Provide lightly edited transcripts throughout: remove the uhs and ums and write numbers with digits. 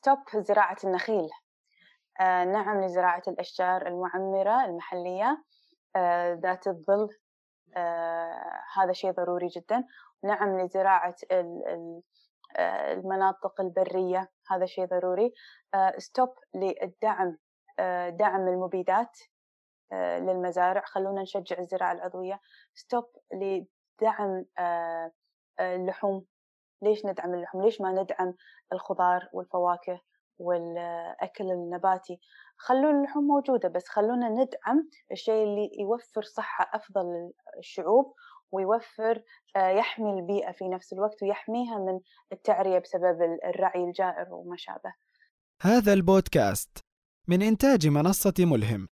ستوب زراعة النخيل. نعم لزراعة الأشجار المعمرة المحلية ذات الظل. هذا شيء ضروري جدًا. نعم لزراعة المناطق البرية، هذا شيء ضروري. ستوب للدعم، دعم المبيدات للمزارع، خلونا نشجع الزراعة العضوية. ستوب لدعم اللحوم. ليش ندعم اللحوم؟ ليش ما ندعم الخضار والفواكه والأكل النباتي؟ خلوا اللحوم موجودة، بس خلونا ندعم الشيء اللي يوفر صحة أفضل للشعوب، ويوفر يحمي البيئة في نفس الوقت، ويحميها من التعرية بسبب الرعي الجائر وما شابه. هذا البودكاست من إنتاج منصة ملهم.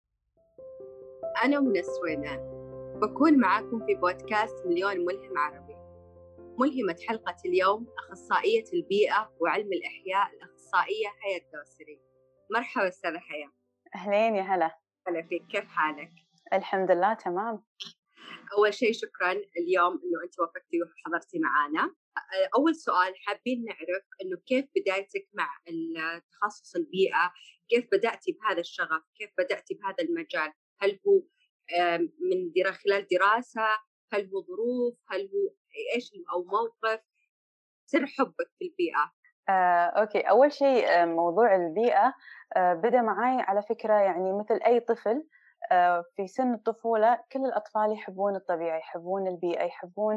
أنا منى السويدان، بكون معاكم في بودكاست مليون ملهم عربي. ملهمة حلقة اليوم أخصائية البيئة وعلم الإحياء الأخصائية حياة الدوسري. مرحبا أستاذة حياة. أهلين، يا هلا. هلا فيك، كيف حالك؟ الحمد لله تمام. أول شيء شكرا اليوم إنه أنت وافقتي وحضرتي معنا. أول سؤال حابين نعرف إنه كيف بدايتك مع التخصص البيئة؟ كيف بدأتي بهذا الشغف؟ كيف بدأتي بهذا المجال؟ هل هو من خلال دراسة؟ هل هو ظروف؟ هل هو إيش أو موقف سر حبك في البيئة؟ أوكي، أول شيء موضوع البيئة بدأ معاي على فكرة، يعني مثل أي طفل في سن الطفولة. كل الأطفال يحبون الطبيعة، يحبون البيئة، يحبون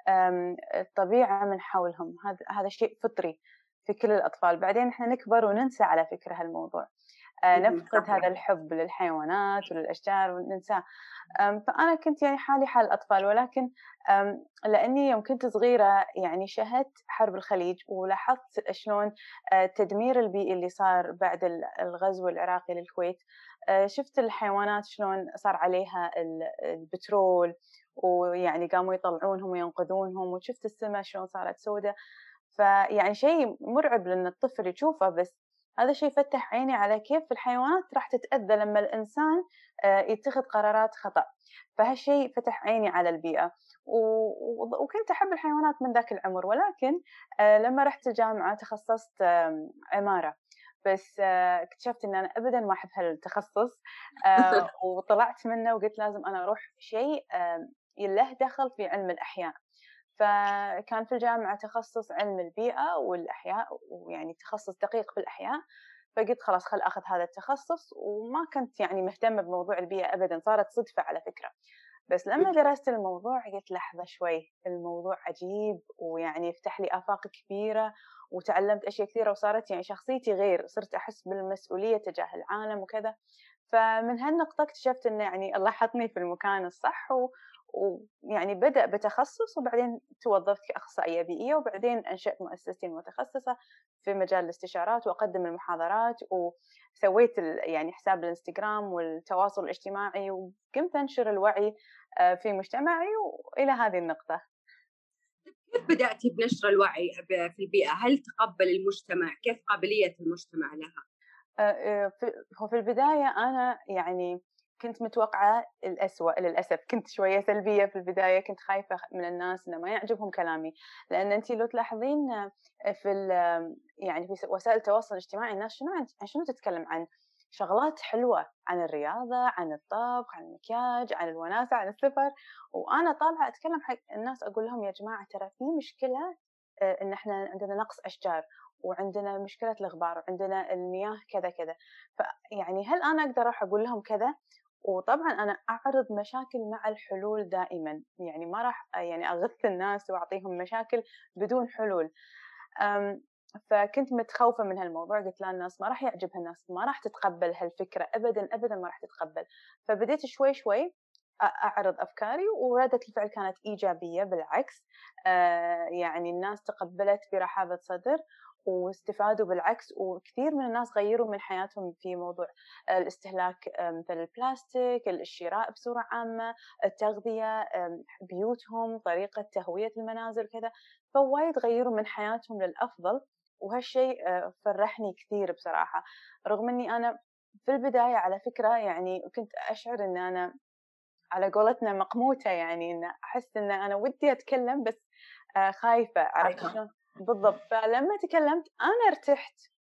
الطبيعة من حولهم. هذا شيء فطري في كل الأطفال. بعدين إحنا نكبر وننسى على فكرة هالموضوع، نفقد هذا صحيح. الحب للحيوانات وللأشجار وننساه. فأنا كنت يعني حالي حال الأطفال، ولكن لأني يوم كنت صغيرة يعني شاهدت حرب الخليج، ولاحظت شلون التدمير البيئي اللي صار بعد الغزو العراقي للكويت. شفت الحيوانات شلون صار عليها البترول، ويعني قاموا يطلعونهم وينقذونهم، وشفت السماء شلون صارت سوداء. فيعني شيء مرعب لأن الطفل يشوفه، بس هذا الشيء فتح عيني على كيف الحيوانات راح تتأذى لما الإنسان يتخذ قرارات خطأ. فهالشيء فتح عيني على البيئة، وكنت أحب الحيوانات من ذاك العمر. ولكن لما رحت الجامعة تخصصت عمارة، بس اكتشفت إن أنا أبداً ما أحب هالتخصص. وطلعت منه وقلت لازم أنا أروح شيء له دخل في علم الأحياء. فكان في الجامعة تخصص علم البيئة والأحياء، ويعني تخصص دقيق في الأحياء. فقلت خلاص خل أخذ هذا التخصص، وما كنت يعني مهتمة بموضوع البيئة أبداً، صارت صدفة على فكرة. بس لما درست الموضوع قلت لحظة شوي، الموضوع عجيب ويعني يفتح لي آفاق كبيرة، وتعلمت أشياء كثيرة، وصارت يعني شخصيتي غير، صرت أحس بالمسؤولية تجاه العالم وكذا. فمن هالنقطة اكتشفت إنه يعني الله حطني في المكان الصح، ويعني بدأ بتخصص، وبعدين توظفت كأخصائية بيئية، وبعدين أنشأت مؤسستي المتخصصة في مجال الاستشارات وأقدم المحاضرات، وسويت يعني حساب الانستغرام والتواصل الاجتماعي، وقمت أنشر الوعي في مجتمعي، وإلى هذه النقطة. كيف بدأتي بنشر الوعي في البيئة؟ هل تقبل المجتمع؟ كيف قابلية المجتمع لها؟ هو في البداية أنا يعني كنت متوقعة الأسوأ للأسف. كنت شوية سلبية في البداية، كنت خايفة من الناس إنه ما يعجبهم كلامي، لأن أنتِ لو تلاحظين في يعني في وسائل التواصل الاجتماعي الناس شنو عن شنو تتكلم؟ عن شغلات حلوة، عن الرياضة، عن الطبخ، عن المكياج، عن الوناسة، عن السفر. وأنا طالعة أتكلم حق الناس أقول لهم يا جماعة ترى في مشكلة، إن إحنا عندنا نقص أشجار، وعندنا مشكلة الغبار، وعندنا المياه كذا كذا. فيعني هل أنا أقدر أروح أقول لهم كذا؟ وطبعًا أنا أعرض مشاكل مع الحلول دائمًا، يعني ما راح يعني أغث الناس وأعطيهم مشاكل بدون حلول. آمم، فكنت متخوفة من هالموضوع، قلت لا الناس ما راح يعجبها، الناس ما راح تتقبل هالفكرة أبدًا، أبدًا ما راح تتقبل. فبديت شوي شوي أعرض أفكاري، وردة الفعل كانت إيجابية بالعكس. يعني الناس تقبلت برحابة صدر واستفادوا بالعكس، وكثير من الناس غيّروا من حياتهم في موضوع الاستهلاك، مثل البلاستيك، الشراء بصورة عامة، التغذية، بيوتهم، طريقة تهوية المنازل كذا. فوايد غيّروا من حياتهم للأفضل، وهالشيء فرحني كثير بصراحة. رغم إني أنا في البداية على فكرة يعني كنت أشعر إن أنا على قولتنا مقموتة، يعني إن أحس إن أنا ودي أتكلم، بس خايفة، عرفتِ خايفة. شلون؟ بالضبط. فلمّا تكلمت أنا ارتحت،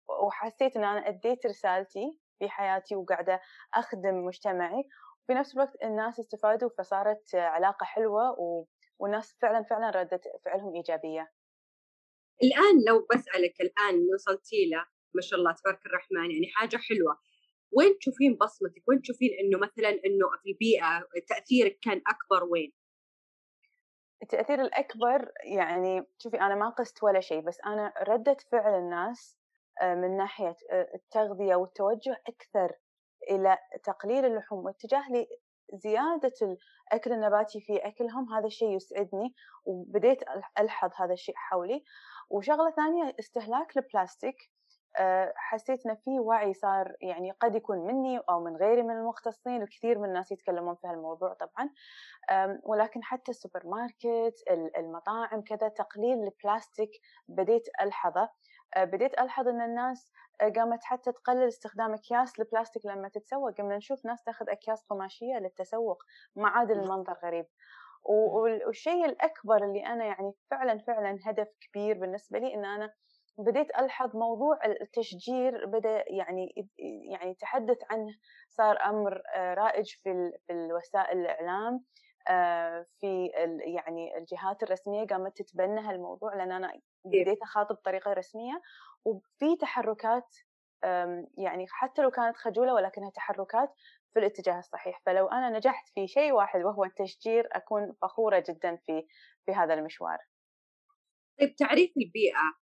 وحسيت إن أنا أديت رسالتي في حياتي وقاعدة أخدم مجتمعي، وفي نفس الوقت الناس استفادوا فصارت علاقة حلوة والناس فعلًا ردة فعلهم إيجابية. الآن لو باسألِك الآن وصلتِ له ما شاء الله تبارك الرحمن يعني حاجة حلوة، وين تشوفين بصمتِك؟ وين تشوفين إنه مثلًا إنه في البيئة تأثيرك كان أكبر وين؟ التأثير الأكبر يعني شوفي أنا ما قست ولا شيء، بس أنا ردة فعل الناس من ناحية التغذية والتوجه أكثر إلى تقليل اللحوم واتجاه لزيادة الأكل النباتي في أكلهم، هذا الشيء يسعدني وبديت ألحظ هذا الشيء حولي. وشغلة ثانية استهلاك البلاستيك، حسيت إن في وعي صار يعني قد يكون مني أو من غيري من المختصين وكثير من الناس يتكلمون في هالموضوع طبعًا. ولكن حتى السوبر ماركت، المطاعم كذا تقليل البلاستيك بديت ألحظه. بديت ألحظ إن الناس قامت حتى تقلل استخدام أكياس البلاستيك لما تتسوق، قمنا نشوف ناس تاخذ أكياس قماشية للتسوق، ما عاد المنظر غريب. والشيء الأكبر اللي أنا يعني فعلًا هدف كبير بالنسبة لي إن أنا بديت ألحظ موضوع التشجير بدأ يعني التحدث عنه صار أمر رائج في الوسائل الإعلام، في يعني الجهات الرسمية قامت تتبنى هالموضوع، لأن أنا كيف؟ بديت أخاطب بطريقة رسمية، وفي تحركات يعني حتى لو كانت خجولة ولكنها تحركات في الاتجاه الصحيح. فلو أنا نجحت في شيء واحد وهو التشجير أكون فخورة جدًا في هذا المشوار. طيب تعريف البيئة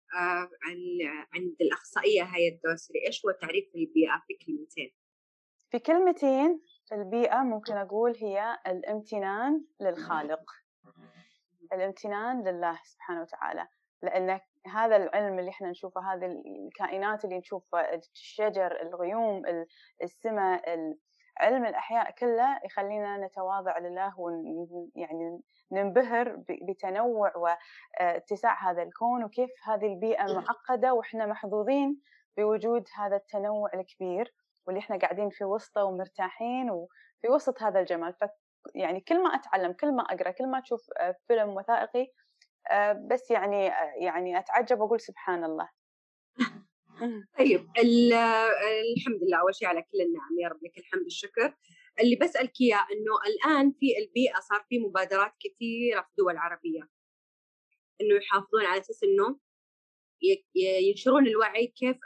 عند الأخصائية هيا الدوسري، إيش هو تعريف البيئة في كلمتين؟ في كلمتين، البيئة ممكن أقول هي الامتنان للخالق. الامتنان لله سبحانه وتعالى، لأن هذا العلم اللي إحنا نشوفه، هذه الكائنات اللي نشوفها، الشجر، الغيوم، السماء، علم الأحياء كله يخلينا نتواضع لله يعني ننبهر بتنوع واتساع هذا الكون، وكيف هذه البيئة معقدة وإحنا محظوظين بوجود هذا التنوع الكبير، واللي إحنا قاعدين في وسطه ومرتاحين وفي وسط هذا الجمال. يعني كل ما أتعلم، كل ما أقرأ، كل ما أشوف فيلم وثائقي، بس يعني أتعجب وأقول سبحان الله. طيب الحمد لله أول شيء على كل النعم، يا رب لك الحمد والشكر. اللي باسألك إياه إنه الآن في البيئة صار في مبادرات كثيرة في دول عربية إنه يحافظون على أساس إنه ينشرون الوعي كيف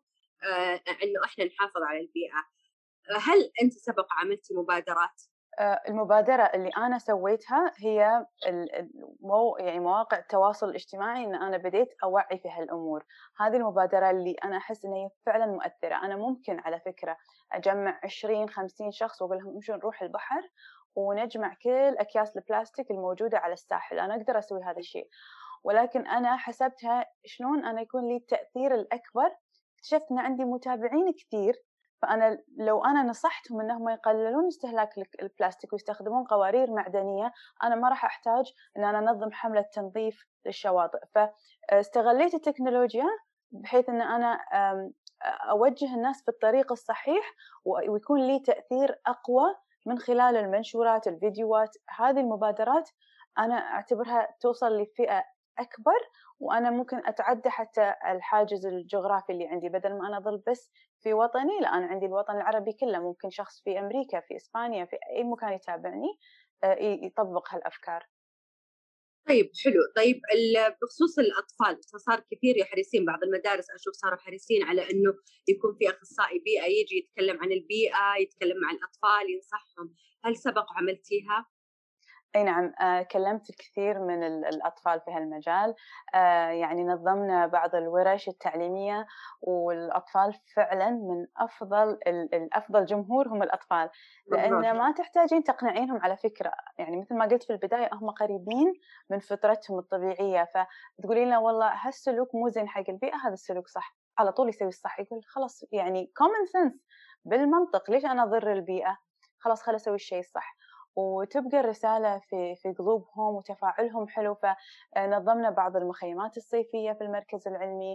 إنه إحنا نحافظ على البيئة. هل أنتِ سبق عملتِ مبادرات؟ المبادرة اللي أنا سويتها هي يعني مواقع التواصل الاجتماعي، إن أنا بديت أوعي في هالأمور. هذه المبادرة اللي أنا أحس إن هي فعلًا مؤثرة. أنا ممكن على فكرة أجمع 20-50 شخص وأقول لهم امشوا نروح البحر ونجمع كل أكياس البلاستيك الموجودة على الساحل، أنا أقدر أسوي هذا الشيء. ولكن أنا حسبتها شلون أنا يكون لي التأثير الأكبر. اكتشفت إن عندي متابعين كثير، فأنا لو أنا نصحتهم إنهم يقللون استهلاك البلاستيك ويستخدمون قوارير معدنية، أنا ما راح أحتاج إن أنا أنظم حملة تنظيف للشواطئ. فاستغليت التكنولوجيا بحيث إن أنا أوجه الناس في الطريق الصحيح، ويكون لي تأثير أقوى من خلال المنشورات، الفيديوهات. هذه المبادرات أنا أعتبرها توصل لفئة أكبر، وأنا ممكن أتعدى حتى الحاجز الجغرافي اللي عندي، بدل ما أنا أظل بس في وطني، لا أنا عندي الوطن العربي كله، ممكن شخص في أمريكا، في إسبانيا، في أي مكان يتابعني يطبق هالأفكار. طيب حلو، طيب بخصوص الأطفال صار كثير حريصين، بعض المدارس أشوف صاروا حريصين على إنه يكون في أخصائي بيئة يجي يتكلم عن البيئة، يتكلم مع الأطفال، ينصحهم، هل سبق عملتيها؟ أي نعم، كلمت الكثير من الأطفال في هالمجال، يعني نظمنا بعض الورش التعليمية، والأطفال فعلًا من أفضل جمهور هم الأطفال، لأن بالضبط. ما تحتاجين تقنعينهم على فكرة. يعني مثل ما قلت في البداية هم قريبين من فطرتهم الطبيعية، فتقولين له والله هالسلوك مو زين حق البيئة، هذا السلوك صح، على طول يسوي الصح، يقول خلاص يعني common sense، بالمنطق ليش أنا أضر البيئة؟ خلاص خل أسوي الشيء الصح. وتبقى الرسالة في قلوبهم وتفاعلهم حلو. فنظمنا بعض المخيمات الصيفية في المركز العلمي،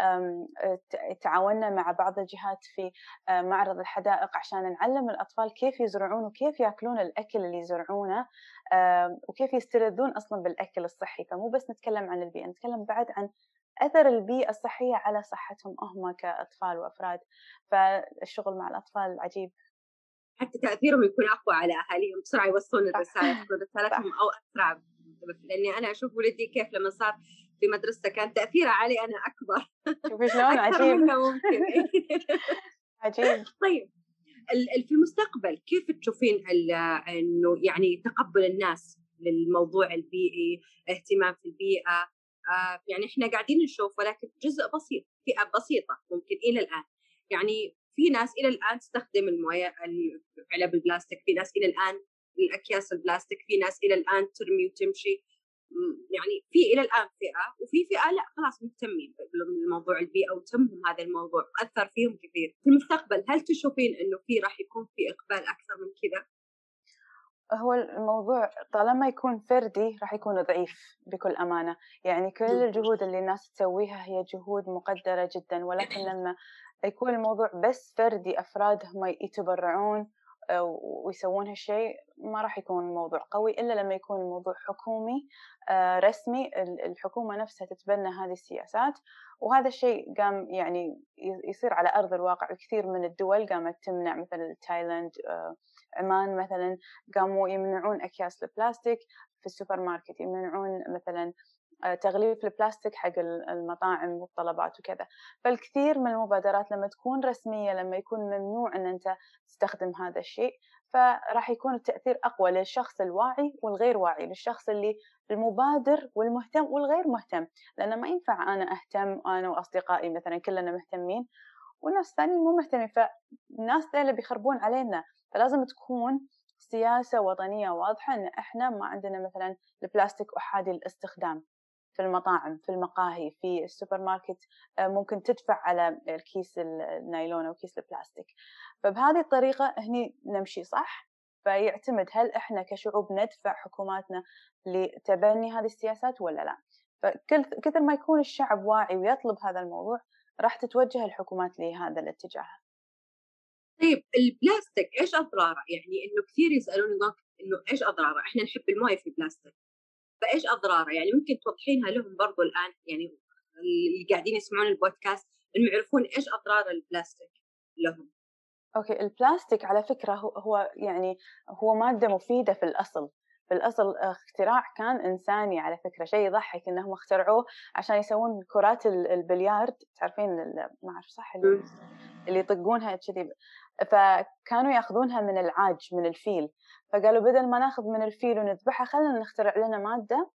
تعاوننا مع بعض الجهات في معرض الحدائق عشان نعلم الأطفال كيف يزرعون وكيف يأكلون الأكل اللي يزرعونه، وكيف يستلذون أصلا بالأكل الصحي. فمو بس نتكلم عن البيئة، نتكلم بعد عن أثر البيئة الصحية على صحتهم هم كأطفال وأفراد. فالشغل مع الأطفال عجيب. حتى تأثيرهم يكون أقوى على أهاليهم، بسرعة يوصلون صح. الرسالة، تكون رسالتهم صح. أو أسرع. لأني أنا أشوف ولدي كيف لما صار في مدرسة كان تأثيره علي أنا أكبر شوفي شلون أكثر عجيب. منه ممكن. عجيب. طيب في المستقبل كيف تشوفين إنه يعني تقبل الناس للموضوع البيئي، اهتمام في البيئة؟ يعني إحنا قاعدين نشوف، ولكن جزء بسيط، فئة بسيطة ممكن إلى الآن. يعني في ناس إلى الآن تستخدم الموية علب البلاستيك، في ناس إلى الآن الأكياس البلاستيك، في ناس إلى الآن ترمي وتمشي. يعني في إلى الآن فئة، وفي فئة لا خلاص مهتمين بالموضوع البيئة وتمهم هذا الموضوع، أثر فيهم كثير. في المستقبل هل تشوفين إنه راح يكون في إقبال أكثر من كذا؟ هو الموضوع طالما يكون فردي راح يكون ضعيف بكل أمانة. يعني كل الجهود اللي الناس تسويها هي جهود مقدرة جدا، ولكن لما يكون الموضوع بس فردي، أفراد هم يتبرعون ويسوون هالشيء، ما راح يكون الموضوع قوي إلا لما يكون الموضوع حكومي رسمي. الحكومة نفسها تتبنى هذه السياسات، وهذا الشيء قام يعني يصير على أرض الواقع. كثير من الدول قامت تمنع، مثلا تايلاند، عمان مثلا، قاموا يمنعون أكياس البلاستيك في السوبر ماركت، يمنعون مثلا تغليف البلاستيك حق المطاعم والطلبات وكذا. فالكثير من المبادرات لما تكون رسمية، لما يكون ممنوع أن أنت تستخدم هذا الشيء، فراح يكون التأثير أقوى للشخص الواعي والغير واعي، للشخص اللي المبادر والمهتم والغير مهتم. لأن ما ينفع أنا أهتم، أنا وأصدقائي مثلا كلنا مهتمين والناس الثانيين مو مهتمين، فالناس اللي بيخربون علينا. فلازم تكون سياسة وطنية واضحة إن إحنا ما عندنا مثلا البلاستيك أحادي الاستخدام في المطاعم، في المقاهي، في السوبر ماركت. ممكن تدفع على الكيس النايلون أو كيس البلاستيك. فبهذه الطريقة هني نمشي صح. فيعتمد هل إحنا كشعوب ندفع حكوماتنا لتبني هذه السياسات ولا لا. فكثر ما يكون الشعب واعي ويطلب هذا الموضوع، راح تتوجه الحكومات لهذا الاتجاه. طيب البلاستيك إيش أضراره؟ يعني إنه كثير يسألون إنه إيش أضراره؟ إحنا نحب الموية في البلاستيك، فإيش أضراره؟ يعني ممكن توضحينها لهم برضو الآن، يعني اللي قاعدين يسمعون البودكاست إنه يعرفون إيش أضرار البلاستيك لهم. أوكي، البلاستيك على فكرة هو يعني هو مادة مفيدة في الأصل. في الأصل اختراع كان إنساني على فكرة. شيء يضحك إنهم اخترعوه عشان يسوون كرات البلياردو، تعرفين ما أعرف صح اللي يطقونها كذي. فكانوا ياخذونها من العاج، من الفيل. فقالوا بدل ما ناخذ من الفيل ونذبحها، خلينا نخترع لنا مادة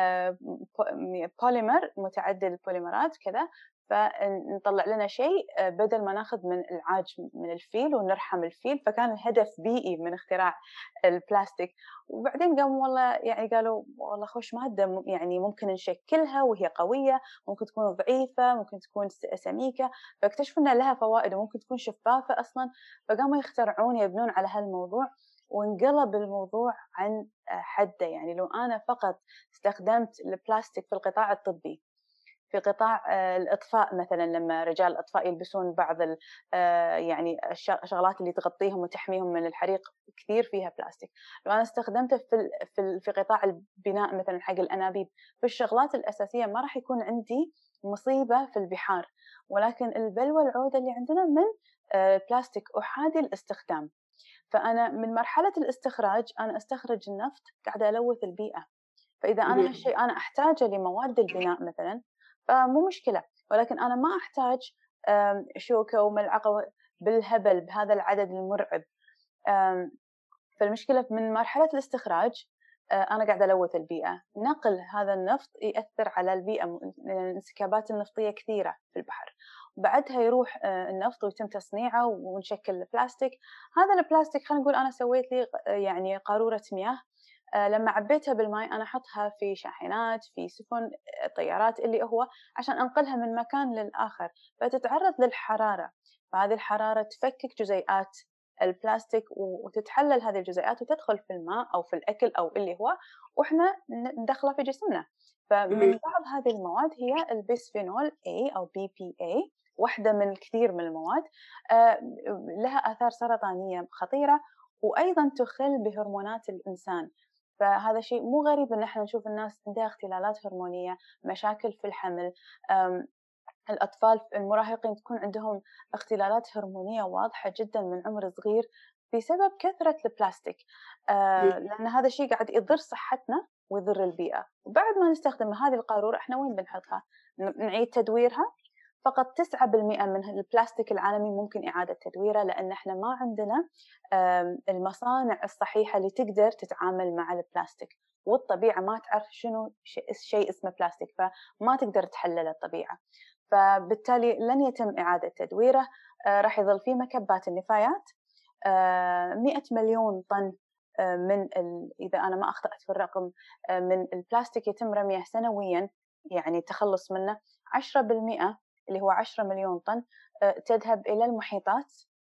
بوليمر متعدد البوليمرات كذا، فنطلع لنا شيء بدل ما ناخذ من العاج من الفيل ونرحم الفيل. فكان الهدف بيئي من اختراع البلاستيك. وبعدين قاموا والله يعني قالوا والله خوش مادة، يعني ممكن نشكلها وهي قوية، ممكن تكون ضعيفة، ممكن تكون سميكة. فاكتشفوا أن لها فوائد وممكن تكون شفافة أصلا. فقاموا يخترعون، يبنون على هالموضوع، وانقلب الموضوع عن حده. يعني لو أنا فقط استخدمت البلاستيك في القطاع الطبي، في قطاع الإطفاء مثلا، لما رجال الإطفاء يلبسون بعض يعني الشغلات اللي تغطيهم وتحميهم من الحريق، كثير فيها بلاستيك. لو أنا استخدمته في قطاع البناء مثلا حق الأنابيب، في الشغلات الأساسية، ما راح يكون عندي مصيبة في البحار. ولكن البلوى العودة اللي عندنا من بلاستيك أحادي الاستخدام. فأنا من مرحلة الاستخراج أنا أستخرج النفط، قاعدة ألوث البيئة. فإذا أنا هالشيء أنا أحتاجه لمواد البناء مثلا، فمو مشكلة. ولكن أنا ما أحتاج شوكة وملعقة بالهبل بهذا العدد المرعب. فالمشكلة من مرحلة الاستخراج أنا قاعدة ألوث البيئة. نقل هذا النفط يأثر على البيئة، لأن الانسكابات النفطية كثيرة في البحر. بعدها يروح النفط ويتم تصنيعه ونشكل البلاستيك. هذا البلاستيك خلينا نقول أنا سويت لي يعني قارورة مياه، لما عبيتها بالماء أنا أحطها في شاحنات، في سفن، طيارات، اللي هو عشان أنقلها من مكان للآخر، فتتعرض للحرارة. فهذه الحرارة تفكك جزيئات البلاستيك وتتحلل هذه الجزيئات وتدخل في الماء أو في الأكل أو اللي هو، وإحنا ندخلها في جسمنا. فمن بعض هذه المواد هي البيسفينول A أو BPA، واحدة من الكثير من المواد لها آثار سرطانية خطيرة، وأيضا تخل بهرمونات الإنسان. فهذا شيء مو غريب إن احنا نشوف الناس عندها اختلالات هرمونية، مشاكل في الحمل، الأطفال المراهقين تكون عندهم اختلالات هرمونية واضحة جدا من عمر صغير بسبب كثرة البلاستيك. لأن هذا الشيء قاعد يضر صحتنا ويضر البيئة. وبعد ما نستخدم هذه القارورة احنا وين بنحطها؟ نعيد تدويرها. فقط 9% من البلاستيك العالمي ممكن إعادة تدويره، لأن احنا ما عندنا المصانع الصحيحة اللي تقدر تتعامل مع البلاستيك، والطبيعة ما تعرف شنو شيء اسمه بلاستيك، فما تقدر تحلل الطبيعة. فبالتالي لن يتم إعادة تدويره. راح يظل فيه مكبات النفايات. 100 مليون طن من إذا أنا ما أخطأت في الرقم من البلاستيك يتم رميه سنويا، يعني التخلص منه. 10% اللي هو 10 مليون طن تذهب إلى المحيطات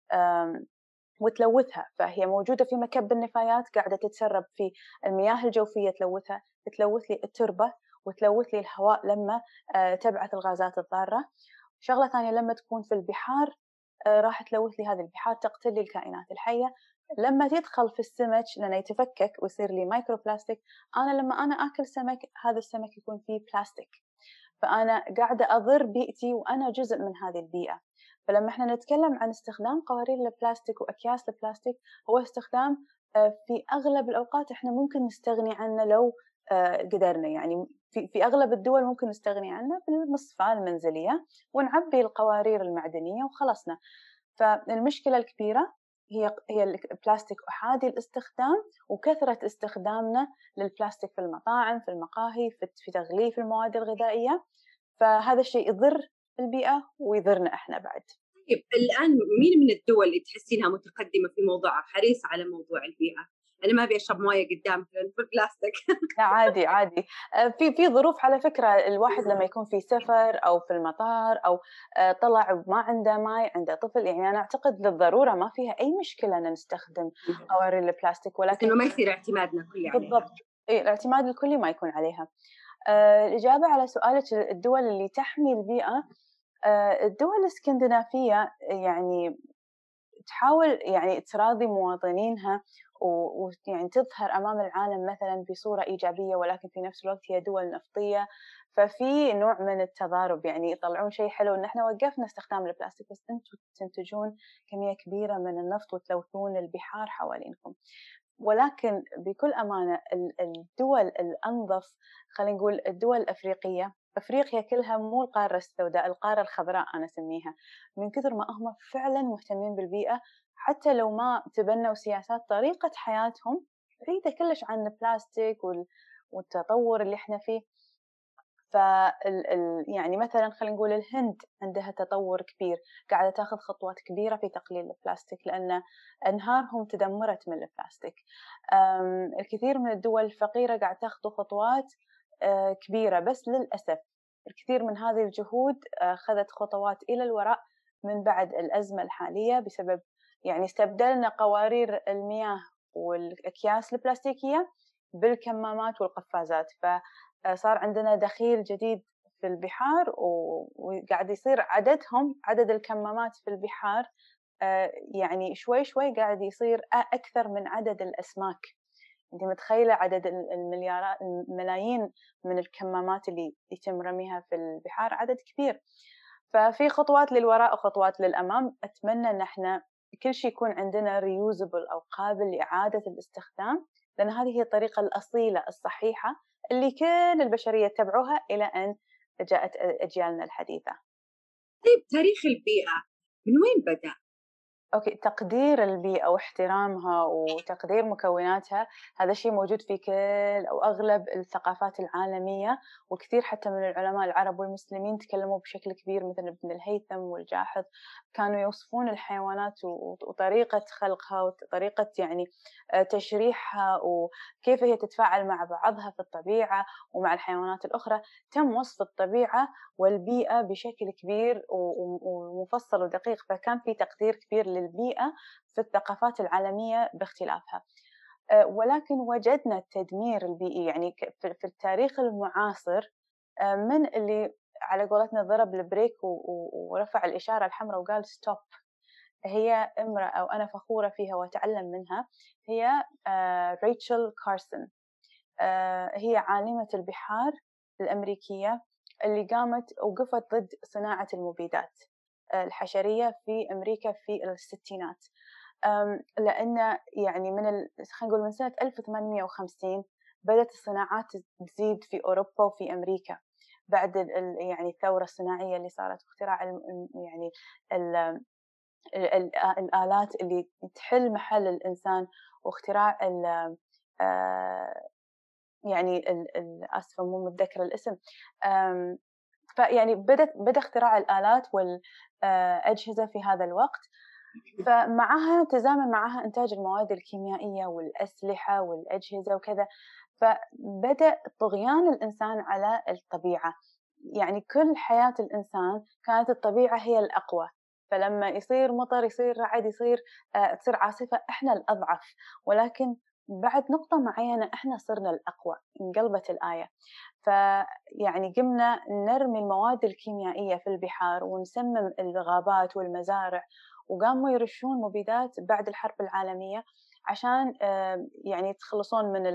وتلوثها. فهي موجودة في مكب النفايات، قاعدة تتسرب في المياه الجوفية، تلوثها، تلوث لي التربة وتلوث لي الهواء لما تبعث الغازات الضارة. شغلة ثانية، لما تكون في البحار راح تلوث لي هذه البحار، تقتل لي الكائنات الحية. لما تدخل في السمك لأنه يتفكك ويصير لي مايكرو بلاستيك. لما أنا أكل سمك، هذا السمك يكون فيه بلاستيك، فأنا قاعدة أضر بيئتي وأنا جزء من هذه البيئة. فلما احنا نتكلم عن استخدام قوارير البلاستيك وأكياس البلاستيك، هو استخدام في أغلب الأوقات احنا ممكن نستغني عنه لو قدرنا. يعني في أغلب الدول ممكن نستغني عنه بالمصفاة المنزلية ونعبي القوارير المعدنية وخلصنا. فالمشكلة الكبيرة هي البلاستيك أحادي الاستخدام، وكثرة استخدامنا للبلاستيك في المطاعم، في المقاهي، في تغليف المواد الغذائية. فهذا الشيء يضر البيئة ويضرنا إحنا بعد. طيب الآن مين من الدول اللي تحسينها متقدمة في موضوع حريصة على موضوع البيئة؟ أنا ما أبي أشرب موية قدام في البلاستيك. لا عادي عادي. في ظروف على فكرة، الواحد لما يكون في سفر أو في المطار أو طلع وما عنده ماء، عنده طفل، يعني أنا أعتقد للضرورة ما فيها أي مشكلة أن نستخدم قوارير البلاستيك، ولكن إنه ما يصير اعتمادنا كلي عليها. بالضبط. الاعتماد الكلي ما يكون عليها. الإجابة على سؤالك، الدول اللي تحمي البيئة، الدول الاسكندنافية يعني تحاول يعني تراضي مواطنينها ويعني تظهر أمام العالم مثلا بصورة إيجابية، ولكن في نفس الوقت هي دول نفطية، ففي نوع من التضارب. يعني يطلعون شيء حلو إن إحنا وقفنا استخدام البلاستيك، بس أنتم تنتجون كمية كبيرة من النفط وتلوثون البحار حوالينكم. ولكن بكل أمانة الدول الأنظف، خلينا نقول الدول الأفريقية، أفريقيا كلها مو القارة السوداء، القارة الخضراء أنا أسميها، من كثر ما هم فعلا مهتمين بالبيئة. حتى لو ما تبنوا سياسات، طريقة حياتهم بعيدة كلش عن البلاستيك والتطور اللي احنا فيه. يعني مثلا خلينا نقول الهند عندها تطور كبير، قاعدة تاخذ خطوات كبيرة في تقليل البلاستيك، لأن أنهارهم تدمرت من البلاستيك. الكثير من الدول الفقيرة قاعدة تاخذ خطوات كبيرة، بس للأسف الكثير من هذه الجهود أخذت خطوات إلى الوراء من بعد الأزمة الحالية، بسبب يعني استبدلنا قوارير المياه والأكياس البلاستيكية بالكمامات والقفازات. فصار عندنا دخيل جديد في البحار، وقاعد يصير عدد الكمامات في البحار يعني شوي شوي قاعد يصير أكثر من عدد الأسماك. أنت متخيلة عدد الملايين من الكمامات اللي يتم رميها في البحار، عدد كبير. ففي خطوات للوراء وخطوات للأمام. أتمنى أن احنا كل شيء يكون عندنا reusable أو قابل لإعادة الاستخدام، لأن هذه هي الطريقة الأصيلة الصحيحة اللي كل البشرية اتبعوها إلى أن جاءت أجيالنا الحديثة. طيب تاريخ البيئة من وين بدأ؟ أوكي، تقدير البيئة واحترامها وتقدير مكوناتها، هذا الشيء موجود في كل أو أغلب الثقافات العالمية، وكثير حتى من العلماء العرب والمسلمين تكلموا بشكل كبير، مثل ابن الهيثم والجاحظ، كانوا يوصفون الحيوانات وطريقة خلقها وطريقة يعني تشريحها وكيف هي تتفاعل مع بعضها في الطبيعة ومع الحيوانات الأخرى. تم وصف الطبيعة والبيئة بشكل كبير ومفصل ودقيق، فكان في تقدير كبير للبيئة في الثقافات العالمية باختلافها. ولكن وجدنا التدمير البيئي يعني في التاريخ المعاصر، من اللي على قولتنا ضرب البريك ورفع الإشارة الحمراء وقال ستوب، هي امرأة وأنا فخورة فيها وأتعلم منها، هي ريتشل كارسون. هي عالمة البحار الأمريكية اللي قامت وقفت ضد صناعة المبيدات الحشرية في أمريكا في الستينات. لأن يعني خلينا نقول من سنة 1850 بدأت الصناعات تزيد في أوروبا وفي أمريكا بعد يعني الثورة الصناعية اللي صارت، واختراع يعني الآلات اللي تحل محل الإنسان، واختراع يعني آسفة مو متذكرة الاسم. فيعني بدأ اختراع الآلات والأجهزة في هذا الوقت، فمعها تزامن معها إنتاج المواد الكيميائية والأسلحة والأجهزة وكذا، فبدأ طغيان الإنسان على الطبيعة. يعني كل حياة الإنسان كانت الطبيعة هي الأقوى، فلما يصير مطر، يصير رعد، تصير عاصفة، إحنا الأضعف. ولكن بعد نقطة معينة إحنا صرنا الأقوى، انقلبت الآية. فيعني قمنا نرمي المواد الكيميائية في البحار ونسمم الغابات والمزارع، وقاموا يرشون مبيدات بعد الحرب العالمية عشان يعني يتخلصون من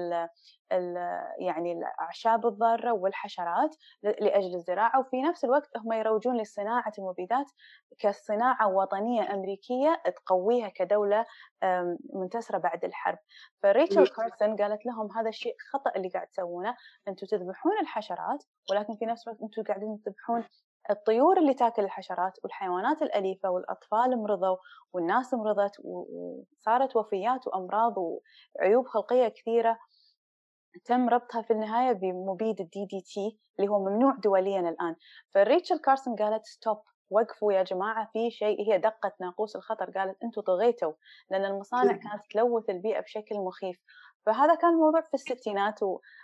يعني الأعشاب الضارة والحشرات لأجل الزراعة، وفي نفس الوقت هم يروجون لصناعة المبيدات كصناعة وطنية أمريكية تقويها كدولة منتصرة بعد الحرب. فريتشل كارسون قالت لهم هذا الشيء خطأ اللي قاعد تسوونه، أنتم تذبحون الحشرات ولكن في نفس الوقت أنتم قاعدين تذبحون الطيور اللي تاكل الحشرات والحيوانات الأليفة، والأطفال مرضوا والناس مرضت وصارت وفيات وأمراض وعيوب خلقية كثيرة تم ربطها في النهاية بمبيد الDDT اللي هو ممنوع دوليا الآن. فريتشل كارسون قالت ستوب، وقفوا يا جماعة، في شيء. هي دقت ناقوس الخطر، قالت أنتوا طغيتوا، لأن المصانع كانت تلوث البيئة بشكل مخيف. فهذا كان موضوع في الستينات،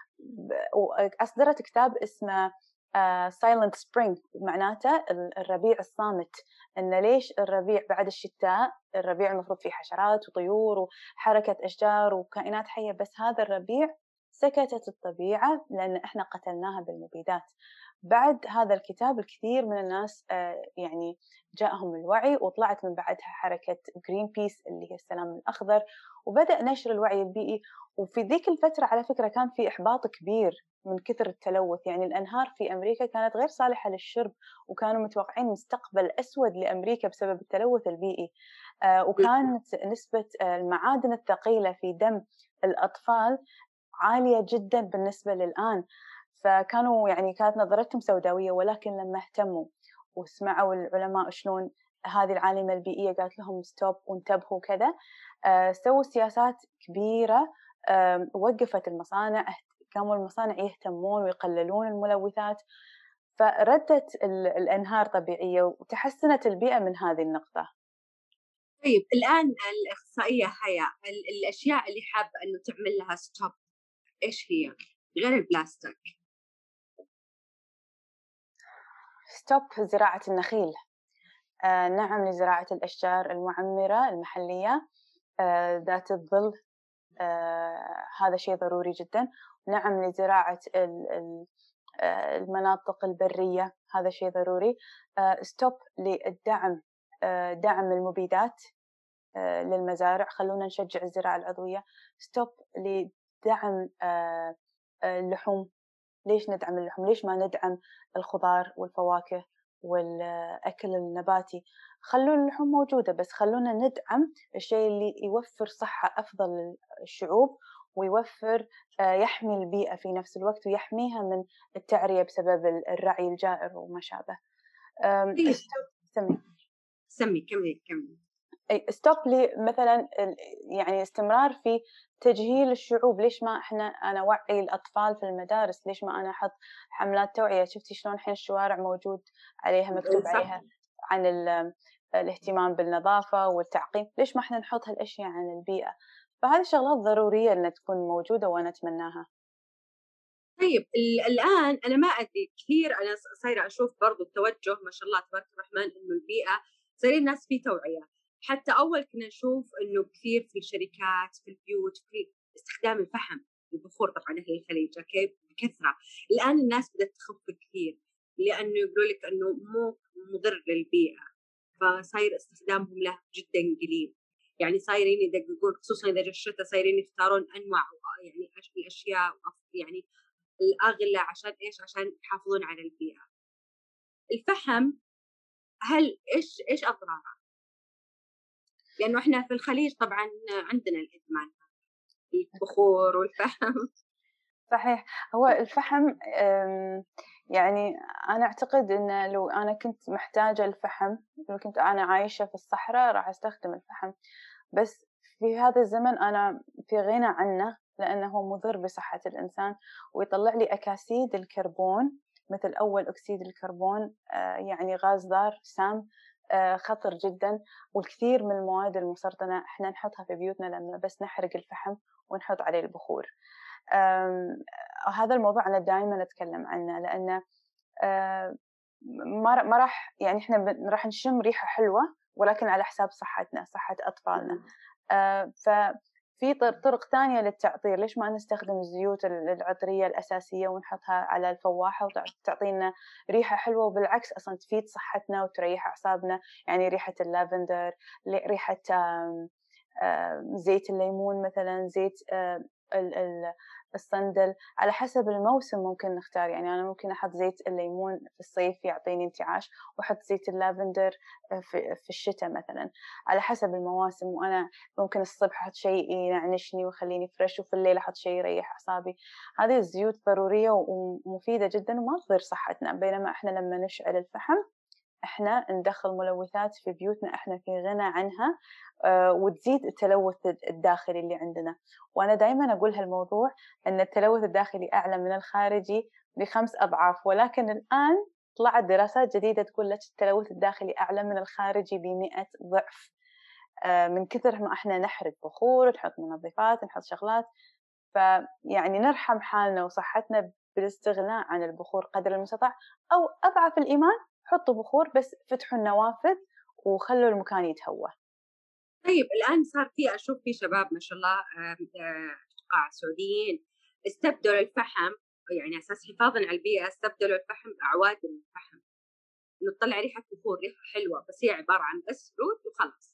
وأصدرت كتاب اسمه Silent Spring، معناته الربيع الصامت. إن ليش الربيع بعد الشتاء، الربيع المفروض فيه حشرات وطيور وحركة أشجار وكائنات حية، بس هذا الربيع سكتت الطبيعة لأن إحنا قتلناها بالمبيدات. بعد هذا الكتاب الكثير من الناس يعني جاءهم الوعي، وطلعت من بعدها حركة جرين بيس اللي هي السلام الأخضر، وبدأ نشر الوعي البيئي. وفي ذيك الفترة على فكرة كان في إحباط كبير من كثر التلوث، يعني الأنهار في أمريكا كانت غير صالحة للشرب، وكانوا متوقعين مستقبل أسود لأمريكا بسبب التلوث البيئي. وكانت نسبة المعادن الثقيلة في دم الأطفال عالية جدا بالنسبة للآن. فكانوا يعني كانت نظرتهم سوداوية، ولكن لما اهتموا وسمعوا العلماء شلون هذه العالمة البيئية قالت لهم ستوب وانتبهوا كذا، سووا سياسات كبيرة، وقفت المصانع، قاموا المصانع يهتمون ويقللون الملوثات، فردت الأنهار طبيعية وتحسنت البيئة من هذه النقطة. طيب الآن الأخصائية حياة، الأشياء اللي حابة أنه تعمل لها ستوب إيش هي غير البلاستيك؟ ستوب زراعة النخيل، نعم لزراعة الأشجار المعمرة المحلية ذات الظل، هذا شيء ضروري جدا. نعم لزراعة المناطق البرية، هذا شيء ضروري. ستوب للدعم، دعم المبيدات للمزارع، خلونا نشجع الزراعة العضوية. ستوب لدعم اللحوم، ليش ندعم اللحوم؟ ليش ما ندعم الخضار والفواكه والأكل النباتي؟ خلوا اللحوم موجودة، بس خلونا ندعم الشيء اللي يوفر صحة أفضل للشعوب، ويوفر يحمي البيئة في نفس الوقت، ويحميها من التعرية بسبب الرعي الجائر وما شابه. سمي كملي. ستوب لي مثلا يعني استمرار في تجهيل الشعوب. ليش ما أنا أوعي الأطفال في المدارس؟ ليش ما أنا أحط حملات توعية؟ شفتي شلون الحين الشوارع موجود عليها مكتوب عليها عن الاهتمام بالنظافة والتعقيم؟ ليش ما إحنا نحط هالأشياء عن البيئة؟ فهذه شغلات ضرورية أنها تكون موجودة وأنا أتمناها. طيب الآن أنا ما أدري كثير، أنا صايرة أشوف برضو التوجه ما شاء الله تبارك الرحمن إنه البيئة صاير الناس في توعية. حتى أول كنا نشوف إنه كثير في الشركات في البيوت في استخدام الفحم، البخور طبعا أهل الخليج أوكي بكثرة. الآن الناس بدأت تخف كثير لأنه يقولوا لك إنه مو مضر للبيئة، فصاير استخدامهم له جدا قليل. يعني صايرين يدققون خصوصا إذا جاء الشتاء، صايرين يختارون أنواع يعني الأشياء يعني الأغلى عشان إيش؟ عشان يحافظون على البيئة. الفحم هل إيش أضراره؟ لأنه إحنا في الخليج طبعًا عندنا الإدمان، البخور والفحم. صحيح. هو الفحم يعني أنا أعتقد إن لو أنا كنت محتاجة الفحم، لو كنت أنا عايشة في الصحراء راح أستخدم الفحم، بس في هذا الزمن أنا في غنى عنه لأنه مضر بصحة الإنسان ويطلع لي أكاسيد الكربون مثل أول أكسيد الكربون يعني غاز ضار سام خطر جدا، والكثير من المواد المسرطنة إحنا نحطها في بيوتنا لما بس نحرق الفحم ونحط عليه البخور. هذا الموضوع أنا دائما أتكلم عنه لأنه ما راح يعني إحنا راح نشم ريحة حلوة ولكن على حساب صحتنا، صحة أطفالنا. ففي طرق تانية للتعطير، ليش ما نستخدم الزيوت العطرية الأساسية ونحطها على الفواحة وتعطينا ريحة حلوة، وبالعكس أصلا تفيد صحتنا وتريح أعصابنا. يعني ريحة اللافندر، ريحة زيت الليمون مثلا، زيت الصندل، على حسب الموسم ممكن نختار. يعني أنا ممكن أحط زيت الليمون في الصيف يعطيني انتعاش، وأحط زيت اللافندر في الشتاء مثلا، على حسب المواسم. وأنا ممكن الصبح أحط شيء ينعنشني ويخليني فريش، وفي الليل أحط شيء يريح أعصابي. هذه الزيوت ضرورية ومفيدة جدا وما تضر صحتنا، بينما إحنا لما نشعل الفحم إحنا ندخل ملوثات في بيوتنا إحنا في غنى عنها، وتزيد التلوث الداخلي اللي عندنا. وأنا دايما أقول هالموضوع أن التلوث الداخلي أعلى من الخارجي ب5 أضعاف، ولكن الآن طلعت دراسات جديدة تقول لك التلوث الداخلي أعلى من الخارجي ب100 ضعف، من كثر ما إحنا نحرق بخور، نحط منظفات، نحط شغلات. فيعني نرحم حالنا وصحتنا بالاستغناء عن البخور قدر المستطاع، أو أضعف الإيمان حطوا بخور بس فتحوا النوافذ وخلوا المكان يتهوى. طيب الآن صار في أشوف في شباب ما شاء الله أتوقع سعوديين استبدلوا الفحم، يعني أساس حفاظًا على البيئة استبدلوا الفحم بأعواد الفحم، إنه تطلع ريحة بخور، ريحة حلوة بس هي عبارة عن بس عود وخلاص.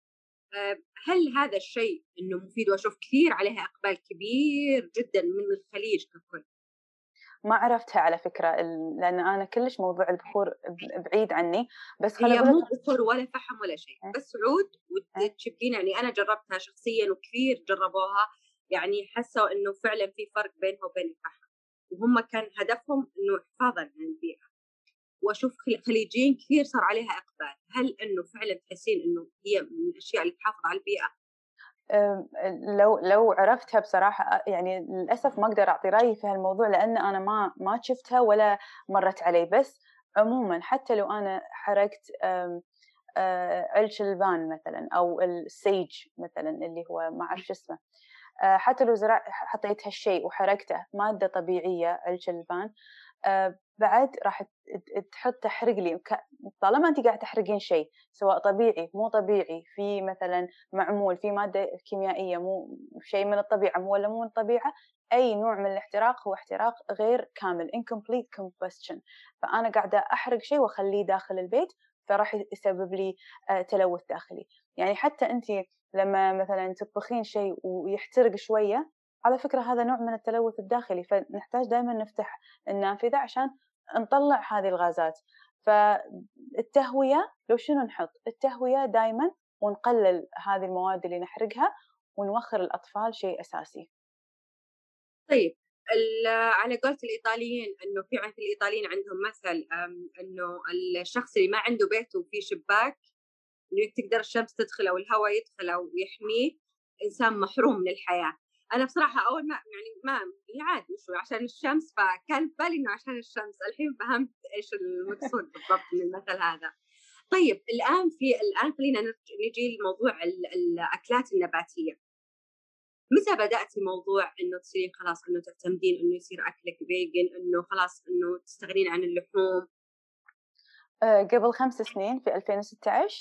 هل هذا الشيء إنه مفيد؟ وأشوف كثير عليها إقبال كبير جدًا من الخليج ككل. ما عرفتها على فكرة لأن أنا كلش موضوع البخور بعيد عني، بس خل هي أقول مو لك. بخور ولا فحم ولا شيء، بس عود إيه. وتشبين. يعني أنا جربتها شخصيًا وكثير جربوها، يعني حسوا إنه فعلًا في فرق بينها وبين الفحم، وهم كان هدفهم إنه حفاظًا على البيئة. وأشوف خليجيين كثير صار عليها إقبال. هل إنه فعلًا تحسين إنه هي من الأشياء اللي تحافظ على البيئة؟ آمم، لو عرفتها بصراحة يعني للأسف ما أقدر أعطي رأيي في هالموضوع لأن أنا ما شفتها ولا مرّت علي. بس عمومًا حتى لو أنا حرقت عِلْش البان مثلًا أو السيج مثلًا اللي هو ما أعرف شو اسمه، حتى لو حطيت هالشيء وحرقته مادة طبيعية عِلْش البان، بعد راح تحرق لي طالما أنتِ قاعدة تحرقين شيء سواء طبيعي مو طبيعي، في مثلًا معمول في مادة كيميائية مو شيء من الطبيعة والّا مو من الطبيعة، أي نوع من الاحتراق هو احتراق غير كامل incomplete combustion. فأنا قاعدة أحرق شيء وأخليه داخل البيت، فراح يسبب لي تلوث داخلي. يعني حتى أنتِ لما مثلًا تطبخين شيء ويحترق شوية، على فكرة هذا نوع من التلوث الداخلي، فنحتاج دايمًا نفتح النافذة عشان نطلّع هذه الغازات. فالتهوية لو شنو نحط؟ التهوية دايمًا ونقلل هذه المواد اللي نحرقها ونوخّر الأطفال شيء أساسي. طيب على قولة الإيطاليين إنه في عند الإيطاليين عندهم مثل إنه الشخص اللي ما عنده بيت وفيه شباك إنه تقدر الشمس تدخل أو الهواء يدخل أو يحميه، إنسان محروم من الحياة. أنا بصراحة أول ما يعني ما هي عادي شوي عشان الشمس، فكان في بالي إنه عشان الشمس، الحين فهمت إيش المقصود بالضبط من المثل هذا. طيب الآن خلينا نجي لموضوع الأكلات النباتية. متى بدأتِ موضوع إنه تصيرين خلاص إنه تعتمدين إنه يصير أكلِك vegan، إنه خلاص إنه تستغنين عن اللحوم؟ قبل 5 سنين في 2016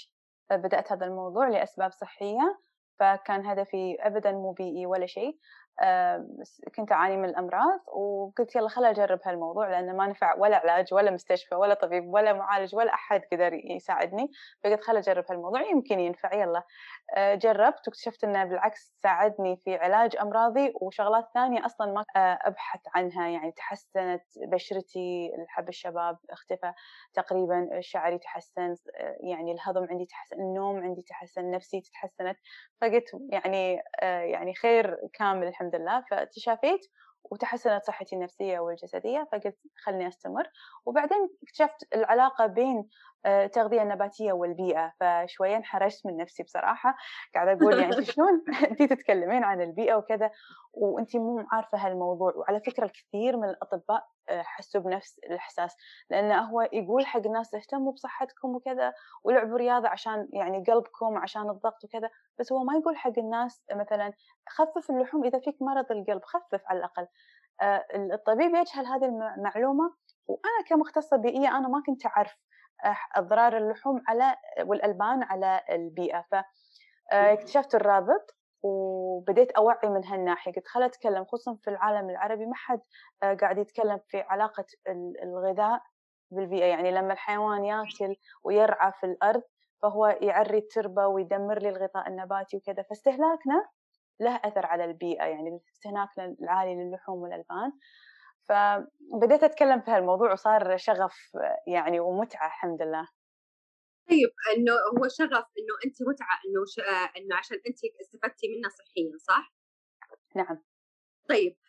بدأت هذا الموضوع لأسباب صحية، فكان هدفي أبدًا مو بيئي ولا شيء. كنت أعاني من الأمراض وقُلت يالّا خل أجرّب هالموضوع لأنه ما نفع ولا علاج ولا مستشفى ولا طبيب ولا معالج ولا أحد قدر يساعدني، فقُلت خل أجرّب هالموضوع يمكن ينفع يالّا. جرّبت واكتشفت إنه بالعكس ساعدني في علاج أمراضي وشغلات ثانية أصلًا ما أبحث عنها، يعني تحسّنت بشرتي، الحب الشباب اختفى تقريبًا، شعري تحسّن، يعني الهضم عندي تحسّن، النوم عندي تحسّن، نفسيتي تحسّنت، فقُلت يعني يعني خير كامل الحمد لله، فتشافيت وتحسّنت صحتي النفسية والجسدية، فقُلت خلّيني أستمر، وبعدين اكتشفت العلاقة بين التغذية النباتية والبيئة، فشوية انحرجت من نفسي بصراحة، قاعدة أقول يعني أنتِ شلون أنتِ تتكلمين عن البيئة وكذا وأنتِ مو عارفة هالموضوع، وعلى فكرة الكثير من الأطباء حسّوا بنفس الإحساس، لأنه هو يقول حق الناس اهتموا بصحتكم وكذا، ولعبوا رياضة عشان يعني قلبكم وعشان الضغط وكذا، بس هو ما يقول حق الناس مثلًا خفِّف اللحوم إذا فيك مرض القلب، خفِّف على الأقل. الطبيب يجهل هذه المعلومة، وأنا كمختصة بيئية أنا ما كنت أعرف أضرار اللحوم على والألبان على البيئة، اكتشفت الرابط وبديت أوعّي من هالناحية، قُلت خل أتكلم خصوصًا في العالم العربي ما حد قاعد يتكلم في علاقة الغذاء بالبيئة، يعني لمّا الحيوان ياكل ويرعى في الأرض فهو يعرّي التربة ويدمر لي الغطاء النباتي وكذا، فاستهلاكنا له أثر على البيئة، يعني استهلاكنا العالي للحوم والألبان، فبديت أتكلم في هالموضوع وصار شغف يعني ومتعة الحمد لله. طيب إنه هو شغف إنه أنتِ مُتعة إنه إنه عشان أنتِ استفدتِ منه صحيًا صح؟ نعم. طيب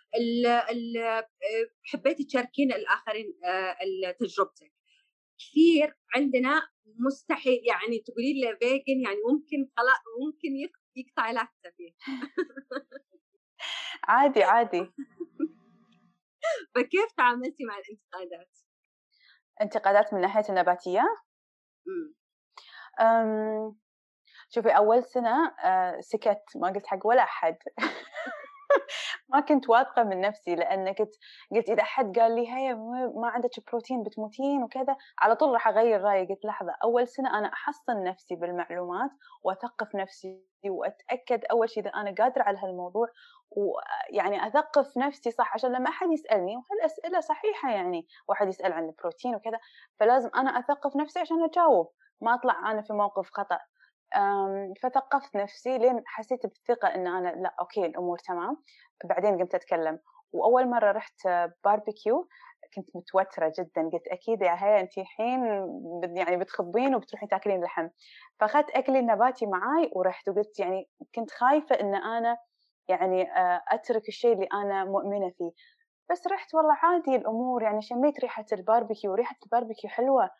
حبيتِ تشاركين الآخرين تجربتِك. كثير عندنا مستحيل يعني تقولي له vegan يعني ممكن ممكن يقطع لاكته فيه. عادي، عادي. فكيف تعاملتِ مع الانتقادات؟ انتقادات من ناحية النباتية؟ إمم. آمم، شوفي أول سنة سكت ما قُلت حق ولا أحد. ما كنت واثقة من نفسي، لأن قُلت إذا حد قال لي هي ما عندِك بروتين بتموتين وكذا، على طول راح أغيّر رأيي، قُلت لحظة أول سنة أنا أحصّن نفسي بالمعلومات وأثقّف نفسي وأتأكد أول شي إذا أنا قادرة على هالموضوع، ويعني أثقّف نفسي صح عشان لمّا أحد يسألني وهالأسئلة صحيحة يعني، واحد يسأل عن البروتين وكذا، فلازم أنا أثقّف نفسي عشان أجاوب، ما أطلع أنا في موقف خطأ. فثقّفت نفسي لين حسيت بالثقة إن أنا لأ أوكي الأمور تمام. بعدين قمت أتكلم، وأول مرة رُحت باربيكيو كنت متوترة جدًا، قُلت أكيد يا هيا أنتِ الحين يعني بتخضين وبتروحين تاكلين لحم، فأخذت أكلي النباتي معاي ورُحت وقُلت يعني كنت خايفة إن أنا يعني أترك الشيء اللي أنا مؤمنة فيه، بس رُحت والله عادي الأمور يعني شميت ريحة الباربيكيو، ريحة الباربيكيو حلوة.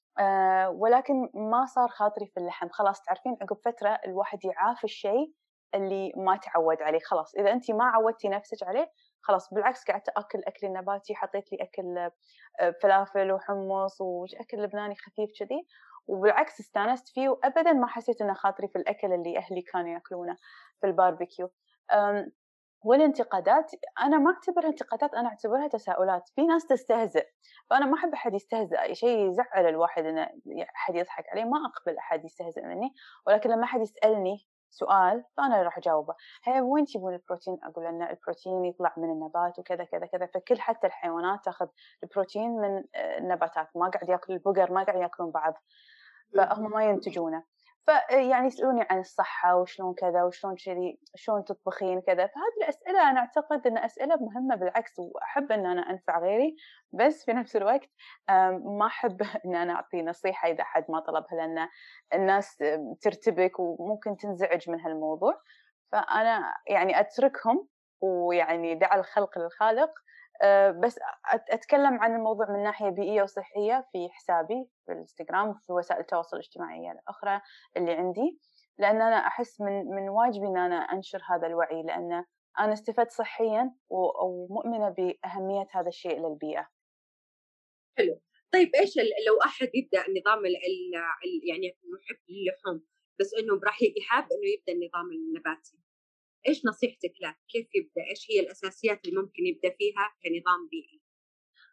ولكن ما صار خاطري في اللحم، خلاص تعرفين عقب فترة الواحد يعاف الشيء اللي ما تعوّد عليه، خلاص إذا أنتِ ما عوّدتِ نفسِك عليه خلاص بالعكس قعدت آكل أكلي النباتي، حطيت لي أكل فلافل وحمص أكل لبناني خفيف كذي، وبالعكس استانست فيه وأبدًا ما حسيت إنه خاطري في الأكل اللي أهلي كانوا ياكلونه في الباربيكيو. آمم والانتقادات أنا ما أعتبرها انتقادات، أنا أعتبرها تساؤلات، في ناس تستهزئ، فأنا ما أحب أحد يستهزئ، شيء يزعل الواحد إنه أحد يضحك عليه، ما أقبل أحد يستهزئ مني، ولكن لما أحد يسألني سؤال فأنا راح أجاوبه، هي وين تجيبون البروتين؟ أقول إن البروتين يطلع من النبات وكذا كذا كذا، فكل حتى الحيوانات تاخذ البروتين من النباتات، ما قاعد ياكل البقر ما قاعد ياكلون بعض. فهم ما ينتجونه. فيعني يسألوني عن الصحة وشلون كذا وشلون كذي، شلون تطبخين كذا، فهذه الأسئلة أنا أعتقد إن أسئلة مهمة بالعكس، وأحب إن أنا أنفع غيري، بس في نفس الوقت ما أحب إن أنا أعطي نصيحة إذا حد ما طلبها، لأن الناس ترتبك وممكن تنزعج من هالموضوع، فأنا يعني أتركهم ويعني دع الخلق للخالق. بس أتكلم عن الموضوع من ناحية بيئية وصحية في حسابي في الإنستغرام وفي وسائل التواصل الاجتماعي الأخرى اللي عندي، لأن أنا أحس من واجبي إن أنا أنشر هذا الوعي، لأن أنا استفدت صحيًا ومؤمنة بأهمية هذا الشيء للبيئة. حلو. طيب إيش لو أحد يبدأ نظام يعني محب للحوم، بس إنه راح حابب إنه يبدأ النظام النباتي، إيش نصيحتِك له؟ كيف يبدأ؟ إيش هي الأساسيات اللي ممكن يبدأ فيها كنظام بيئي؟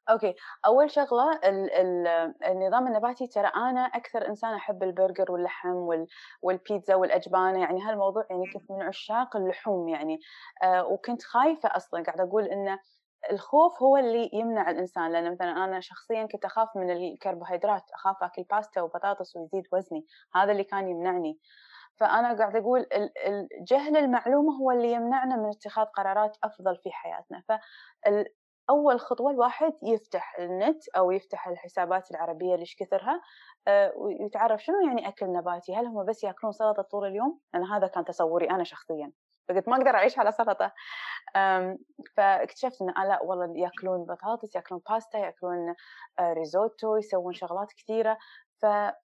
أوكي، أول شغلة النظام النباتي، ترى أنا أكثر إنسانة أحب البرجر واللحم والبيتزا والأجبان، يعني هالموضوع يعني كنت من عشاق اللحوم يعني. وكنت خايفة أصلًا، قاعدة أقول إن الخوف هو اللي يمنع الإنسان، لأن مثلًا أنا شخصيًا كنت أخاف من الكربوهيدرات، أخاف آكل باستا وبطاطس ويزيد وزني، هذا اللي كان يمنعني. فأنا قاعدة أقول جهل المعلومة هو اللي يمنعنا من اتخاذ قرارات أفضل في حياتنا. أول خطوة الواحد يفتح النت أو يفتح الحسابات العربية اللي إيش كثرها، ويتعرف شنو يعني أكل نباتي، هل هم بس ياكلون سلطة طول اليوم؟ أنا هذا كان تصوري أنا شخصيًا، فقلت ما أقدر أعيش على سلطة. آمم، فاكتشفت إن لأ والله ياكلون بطاطس، ياكلون باستا، ياكلون ريزوتو، يسوون شغلات كثيرة. ف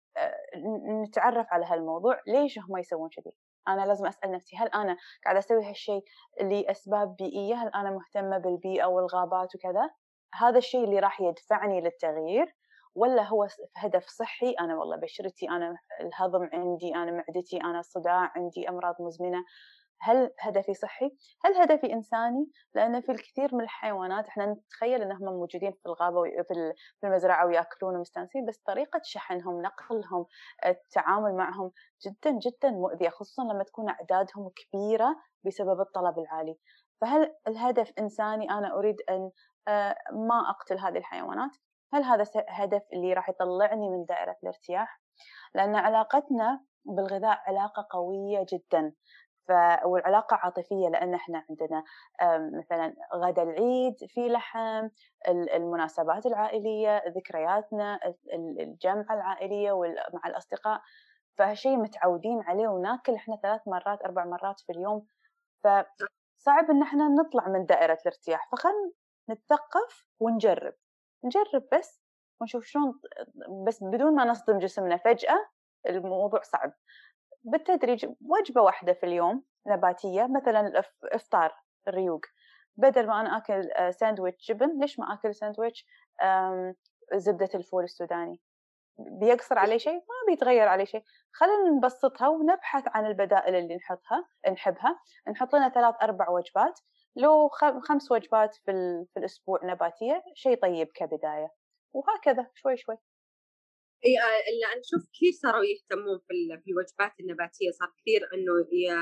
نتعرف على هالموضوع، ليش هم يسوون كذي؟ أنا لازم أسأل نفسي، هل أنا قاعدة أسوي هالشي لأسباب بيئية؟ هل أنا مهتمة بالبيئة والغابات وكذا؟ هذا الشيء اللي راح يدفعني للتغيير، والّا هو هدف صحي؟ أنا والله بشرتي، أنا الهضم عندي، أنا معدتي، أنا الصداع، عندي أمراض مزمنة. هل هدفي صحي؟ هل هدفي إنساني؟ لأن في الكثير من الحيوانات إحنا نتخيل إنهم موجودين في الغابة في المزرعة وياكلون ومستانسين، بس طريقة شحنهم، نقلهم، التعامل معهم جدًا جدًا مؤذية، خصوصًا لما تكون أعدادهم كبيرة بسبب الطلب العالي. فهل الهدف إنساني؟ أنا أريد أن ما أقتل هذه الحيوانات؟ هل هذا هدف اللي راح يطلعني من دائرة الارتياح؟ لأن علاقتنا بالغذاء علاقة قوية جدًا. والعلاقة عاطفية، لأن إحنا عندنا مثلًا غدا العيد في لحم، المناسبات العائلية، ذكرياتنا، الجمعة العائلية مع الأصدقاء، فشي متعودين عليه وناكل إحنا 3 مرات 4 مرات في اليوم. فصعب إن إحنا نطلع من دائرة الارتياح، نتثقف ونجرب، نجرب بس ونشوف شلون، بس بدون ما نصدم جسمنا فجأة. الموضوع صعب. بالتدريج وجبة واحدة في اليوم نباتية، مثلًا إفطار الريوق، بدل ما أنا آكل ساندويتش جبن، ليش ما آكل ساندويتش زبدة الفول السوداني؟ بيقصر عليه شيء؟ ما بيتغير عليه شيء. خلينا نبسطها ونبحث عن البدائل اللي نحبها، نحط لنا 3 4 وجبات، لو 5 وجبات في الأسبوع نباتية، شيء طيب كبداية، وهكذا شوي شوي. اي أنا أشوف كثير صاروا يهتمون في الوجبات النباتية، صار كثير إنه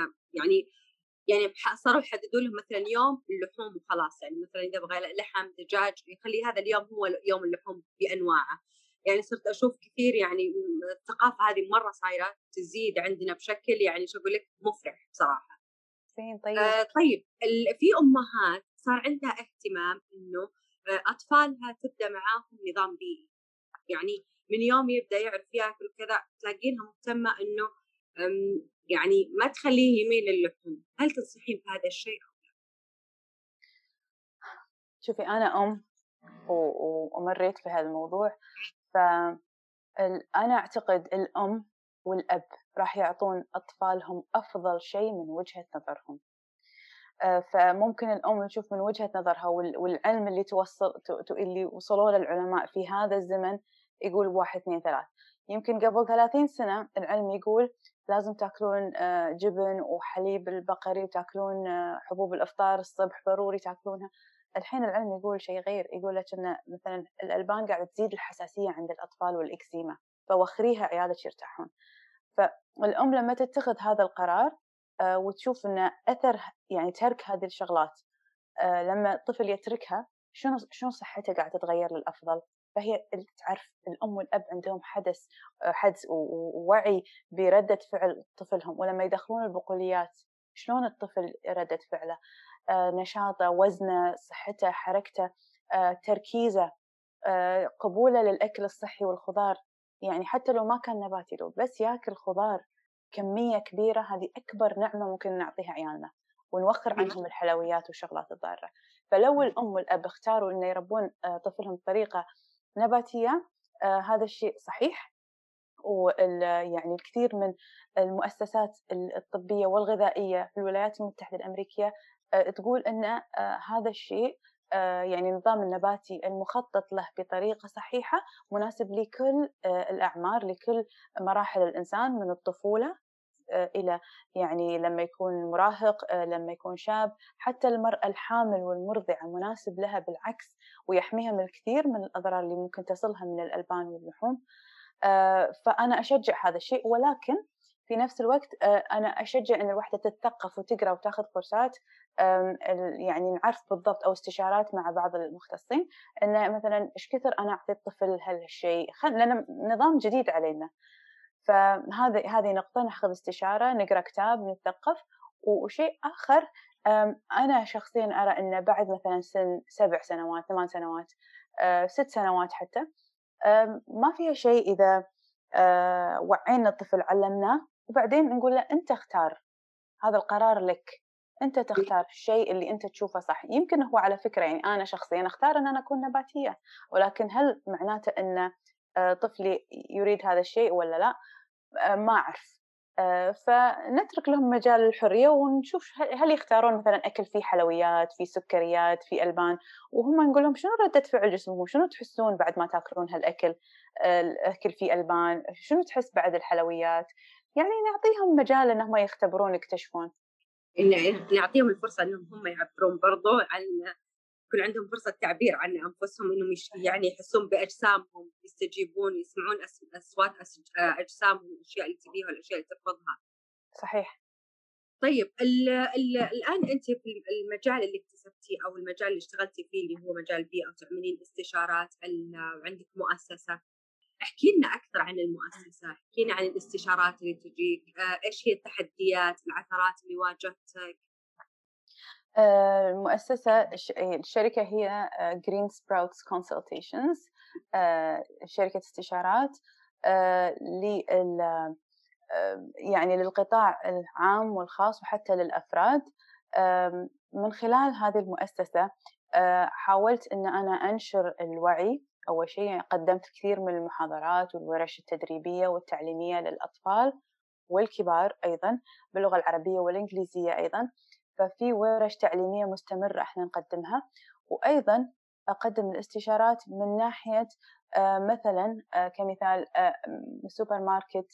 يعني صاروا يحددوا لهم مثلًا يوم اللحوم وخلاص، يعني مثلًا إذا أبغى لحم، دجاج، يخلّي هذا اليوم هو يوم اللحوم بأنواعه. يعني صرت أشوف كثير، يعني الثقافة هذه مرّة صايرة تزيد عندنا بشكل يعني شو أقول لك مُفرح بصراحة. زين طيب. طيب في أمهات صار عندها اهتمام إنه أطفالها تبدأ معاهم نظام بيئي، يعني من يوم يبدأ يعرف ياكل وكذا تلاقينها مهتمة إنه يعني ما تخلّيه يميل للحوم، هل تنصحين بهذا الشيء؟ شوفي أنا أم ومرّيت بهالموضوع. ف أنا أعتقد الأم والأب راح يعطون أطفالهم أفضل شيء من وجهة نظرهم. فممكن الأم تشوف من وجهة نظرها والعلم اللي اللي وصلوا له العلماء في هذا الزمن، يقول 1 2 3. يمكن قبل 30 سنة العلم يقول لازم تاكلون جبن وحليب البقري، وتاكلون حبوب الإفطار الصبح ضروري تاكلونها. الحين العلم يقول شيء غير، يقول لك إن مثلًا الألبان قاعدة تزيد الحساسية عند الأطفال والإكزيما، فوخّريها عيالك يرتاحون. فالأم لما تتخذ هذا القرار وتشوف إن أثر يعني ترك هذه الشغلات، لما الطفل يتركها شنو صحته قاعدة تتغير للأفضل. فهي تعرف الأم والأب عندهم حدس ووعي بردة فعل طفلهم، ولما يدخلون البقوليات شلون الطفل ردة فعله، نشاطه، وزنه، صحته، حركته، تركيزه، قبوله للأكل الصحي والخضار. يعني حتى لو ما كان نباتي، لو بس ياكل خضار كمية كبيرة، هذه أكبر نعمة ممكن نعطيها عيالنا، ونوخر عنهم الحلويات والشغلات الضارة. فلو الأم والأب اختاروا إنه يربون طفلهم بطريقة نباتية، هذا الشيء صحيح. يعني الكثير من المؤسسات الطبية والغذائية في الولايات المتحدة الأمريكية تقول أن هذا الشيء، يعني النظام النباتي المخطط له بطريقة صحيحة مناسب لكل الأعمار، لكل مراحل الإنسان من الطفولة إلى يعني لما يكون مراهق، لما يكون شاب، حتى المرأة الحامل والمرضعة مناسب لها بالعكس، ويحميها من الكثير من الأضرار اللي ممكن تصلها من الألبان واللحوم. فأنا أشجع هذا الشيء، ولكن في نفس الوقت أنا أشجع إن الوحدة تتثقف وتقرأ وتاخذ كورسات، يعني نعرف بالضبط، أو استشارات مع بعض المختصين، إنه مثلا إيش كثر أنا أعطي الطفل هالشيء، لأن نظام جديد علينا. فهذه نقطة، ناخذ استشارة، نقرأ كتاب، نتثقف. وشيء آخر، أنا شخصيا أرى إنه بعد مثلا سن 7 سنوات 8 سنوات 6 سنوات حتى، ما فيها شيء إذا وعينا الطفل، علمناه، وبعدين نقول له أنت اختار، هذا القرار لك، أنت تختار الشيء اللي أنت تشوفه صح. يمكن هو على فكرة، يعني أنا شخصيا أختار أن أنا أكون نباتية، ولكن هل معناته أن طفلي يريد هذا الشيء ولا لا؟ ما أعرف. فنترك لهم مجال الحرية، ونشوف هل يختارون مثلا أكل فيه حلويات، فيه سكريات، فيه ألبان، وهم نقول لهم شنو ردة فعل جسمهم، شنو تحسون بعد ما تاكلون هالأكل، الأكل فيه ألبان، شنو تحس بعد الحلويات. يعني نعطيهم مجال إنهم يختبرون يكتشفون. إن نعطيهم الفرصة إنهم هم يعبرون برضو عن، يكون عندهم فرصة تعبير عن أنفسهم، إنهم يعني يحسون بأجسامهم، يستجيبون، يسمعون أصوات أجسامهم، الأشياء اللي تبيها والأشياء اللي ترفضها. صحيح. طيب الآن أنت في المجال اللي اكتسبتيه أو المجال اللي اشتغلتي فيه اللي هو مجال البيئة وتعملين استشارات، وعندك مؤسسة، احكي لنا أكثر عن المؤسسة، احكي لنا عن الاستشارات اللي تجيك، إيش هي التحديات، العثرات اللي واجهتك؟ المؤسسة، الشركة هي Green Sprouts Consultations، شركة استشارات يعني للقطاع العام والخاص وحتى للأفراد. من خلال هذه المؤسسة حاولت أن أنا أنشر الوعي. أول شيء قدمت كثير من المحاضرات والورش التدريبية والتعليمية للأطفال والكبار أيضا، باللغة العربية والإنجليزية أيضا. ففي ورش تعليمية مستمرة احنا نقدمها، وأيضا أقدم الاستشارات من ناحية مثلا كمثال سوبر ماركت،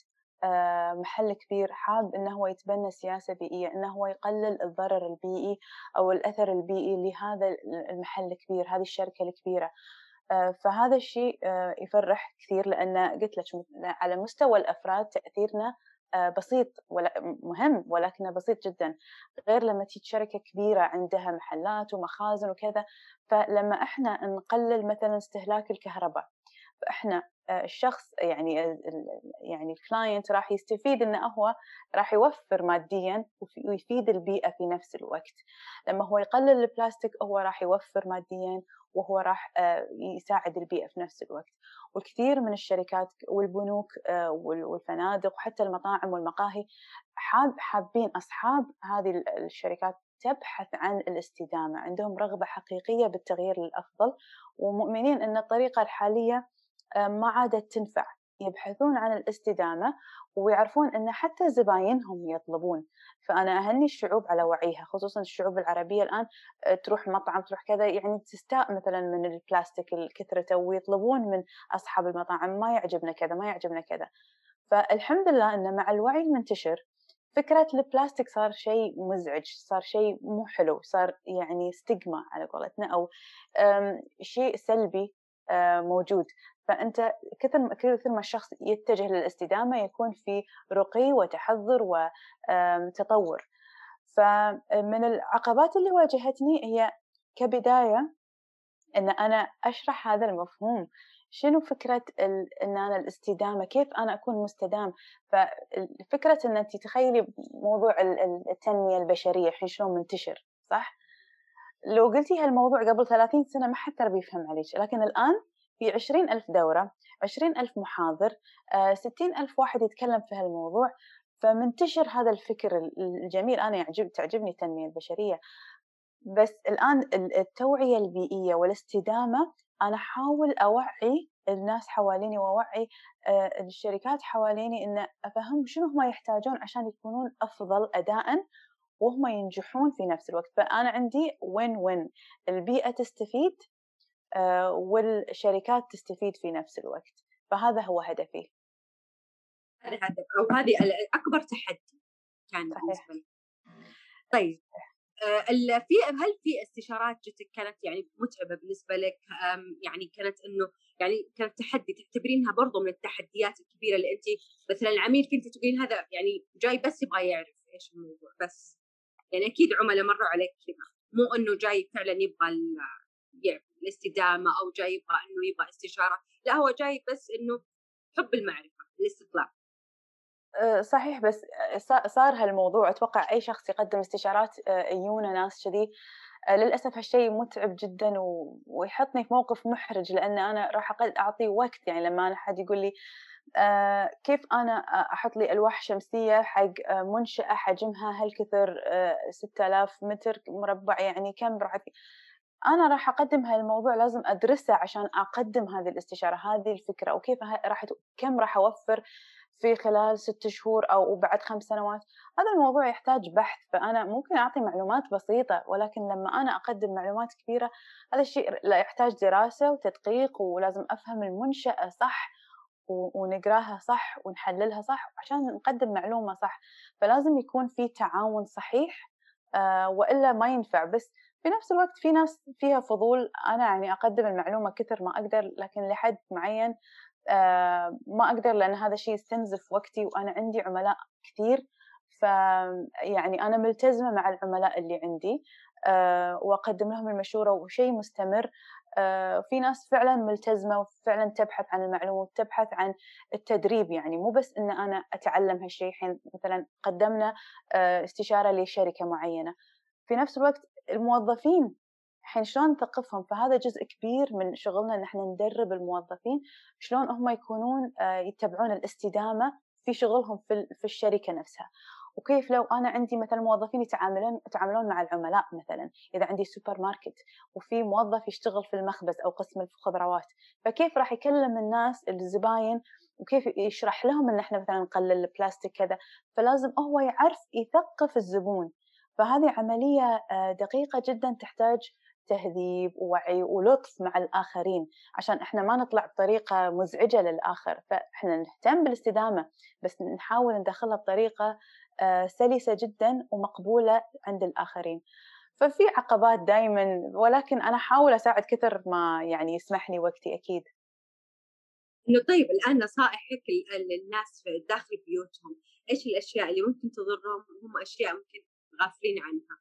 محل كبير حاب أنه هو يتبنى سياسة بيئية، أنه هو يقلل الضرر البيئي أو الأثر البيئي لهذا المحل الكبير، هذه الشركة الكبيرة. فهذا الشيء يفرح كثير، لأن قلت لك على مستوى الأفراد تأثيرنا بسيط مهم، ولكنه بسيط جدا، غير لما تيجي شركة كبيرة عندها محلات ومخازن وكذا. فلما احنا نقلل مثلا استهلاك الكهرباء، فاحنا الشخص يعني الكلاينت راح يستفيد، انه هو راح يوفر ماديا ويفيد البيئة في نفس الوقت. لما هو يقلل البلاستيك هو راح يوفر ماديا، وهو راح يساعد البيئة في نفس الوقت. والكثير من الشركات والبنوك والفنادق وحتى المطاعم والمقاهي حابين أصحاب هذه الشركات تبحث عن الاستدامة، عندهم رغبة حقيقية بالتغيير للأفضل، ومؤمنين أن الطريقة الحالية ما عادت تنفع. يبحثون عن الاستدامة، ويعرفون أن حتى زباينهم يطلبون. فأنا أهني الشعوب على وعيها، خصوصا الشعوب العربية الآن. تروح مطعم، تروح كذا، يعني تستاء مثلا من البلاستيك الكثرة، ويطلبون من أصحاب المطاعم ما يعجبنا كذا، ما يعجبنا كذا. فالحمد لله أن مع الوعي المنتشر فكرة البلاستيك صار شيء مزعج، صار شيء مو حلو، صار يعني ستيغما على قولتنا، أو شيء سلبي موجود. فأنت كثر ما الشخص يتجه للاستدامة يكون في رقي وتحضر وتطور. فمن العقبات اللي واجهتني هي كبداية إن أنا أشرح هذا المفهوم، شنو فكرة إن أنا الاستدامة، كيف أنا أكون مستدام. ففكرة إن أنت تخيلي موضوع التنمية البشرية الحين شلون منتشر، صح؟ لو قلتي هالموضوع قبل 30 سنة ما حد ترى بيفهم عليك، لكن الآن في 20,000 دورة، 20,000 محاضر، 60,000 واحد يتكلم في هالموضوع. فمنتشر هذا الفكر الجميل. أنا تعجبني التنمية البشرية، بس الآن التوعية البيئية والاستدامة أنا أحاول أوعي الناس حواليني، وأوعي الشركات حواليني، إن أفهم شنو هم يحتاجون عشان يكونون أفضل أداءً وهم ينجحون في نفس الوقت. فأنا عندي وين وين، البيئة تستفيد والشركات تستفيد في نفس الوقت. فهذا هو هدفي. هذا هدف، أو هذه أكبر تحدي كان صحيح. بالنسبة لك. طيب هل في استشارات جتك كانت يعني متعبة بالنسبة لك؟ يعني كانت إنه يعني كانت تحدي تعتبرينها برضو من التحديات الكبيرة اللي أنت مثلا العميل كنت تقولين هذا يعني جاي بس يبغى يعرف إيش الموضوع بس، يعني أكيد عملاء مروا عليك كذا، مو إنه جاي فعلا يبغى يعني الاستدامة أو جاي يبغى إنه يبغى استشارة، لا هو جاي بس إنه حب المعرفة الاستطلاع. صحيح، بس صار هالموضوع أتوقع أي شخص يقدّم استشارات يجونا ناس كذي. للأسف هالشي مُتعب جدًا ويحطني في موقف محرج، لإن أنا راح أعطي وقت. يعني لمّا أنا حد يقول لي كيف أنا أحط لي ألواح شمسية حق منشأة حجمها هالكثر، 6000 متر مربع، يعني كم أنا راح أقدّم هالموضوع لازم أدرسه عشان أقدّم هذه الاستشارة، هذه الفكرة، وكيف كم راح أوفّر في خلال 6 شهور أو بعد 5 سنوات. هذا الموضوع يحتاج بحث، فأنا ممكن أعطي معلومات بسيطة، ولكن لمّا أنا أقدّم معلومات كبيرة هذا الشيء لا يحتاج دراسة وتدقيق، ولازم أفهم المنشأة صح ونقراها صح ونحللها صح عشان نقدّم معلومة صح. فلازم يكون في تعاون صحيح، وإلا ما ينفع. بس في نفس الوقت في ناس فيها فضول، أنا يعني أقدّم المعلومة كثر ما أقدر، لكن لحد معيّن ما أقدر، لأن هذا الشيء يستنزف وقتي وأنا عندي عملاء كثير. فيعني أنا ملتزمة مع العملاء اللي عندي، وأقدّم لهم المشورة وشيء مستمر. في ناس فعلًا ملتزمة وفعلًا تبحث عن المعلومة وتبحث عن التدريب، يعني مو بس إن أنا أتعلم هالشيء. الحين مثلًا قدّمنا استشارة لشركة معيّنة، في نفس الوقت الموظفين الحين شلون نثقفهم؟ فهذا جزء كبير من شغلنا إن إحنا ندرب الموظفين شلون هم يكونون يتبعون الاستدامة في شغلهم في الشركة نفسها. وكيف لو أنا عندي مثلًا موظفين يتعاملون مع العملاء مثلًا، إذا عندي سوبر ماركت وفي موظف يشتغل في المخبز أو قسم الخضروات، فكيف راح يكلم الناس الزباين وكيف يشرح لهم إن إحنا مثلًا نقلل البلاستيك كذا. فلازم هو يعرف يثقف الزبون. فهذه عملية دقيقة جدًا تحتاج تهذيب ووعي ولطف مع الآخرين، عشان إحنا ما نطلع بطريقة مزعجة للآخر. فإحنا نهتم بالاستدامة، بس نحاول ندخلها بطريقة سلسة جدًا ومقبولة عند الآخرين. ففي عقبات دايمًا، ولكن أنا أحاول أساعد كثر ما يعني يسمح لي وقتي أكيد. إنه طيب الآن نصائحِك للناس داخل بيوتهم، إيش الأشياء اللي ممكن تضرهم وهم أشياء ممكن غافلين عنها؟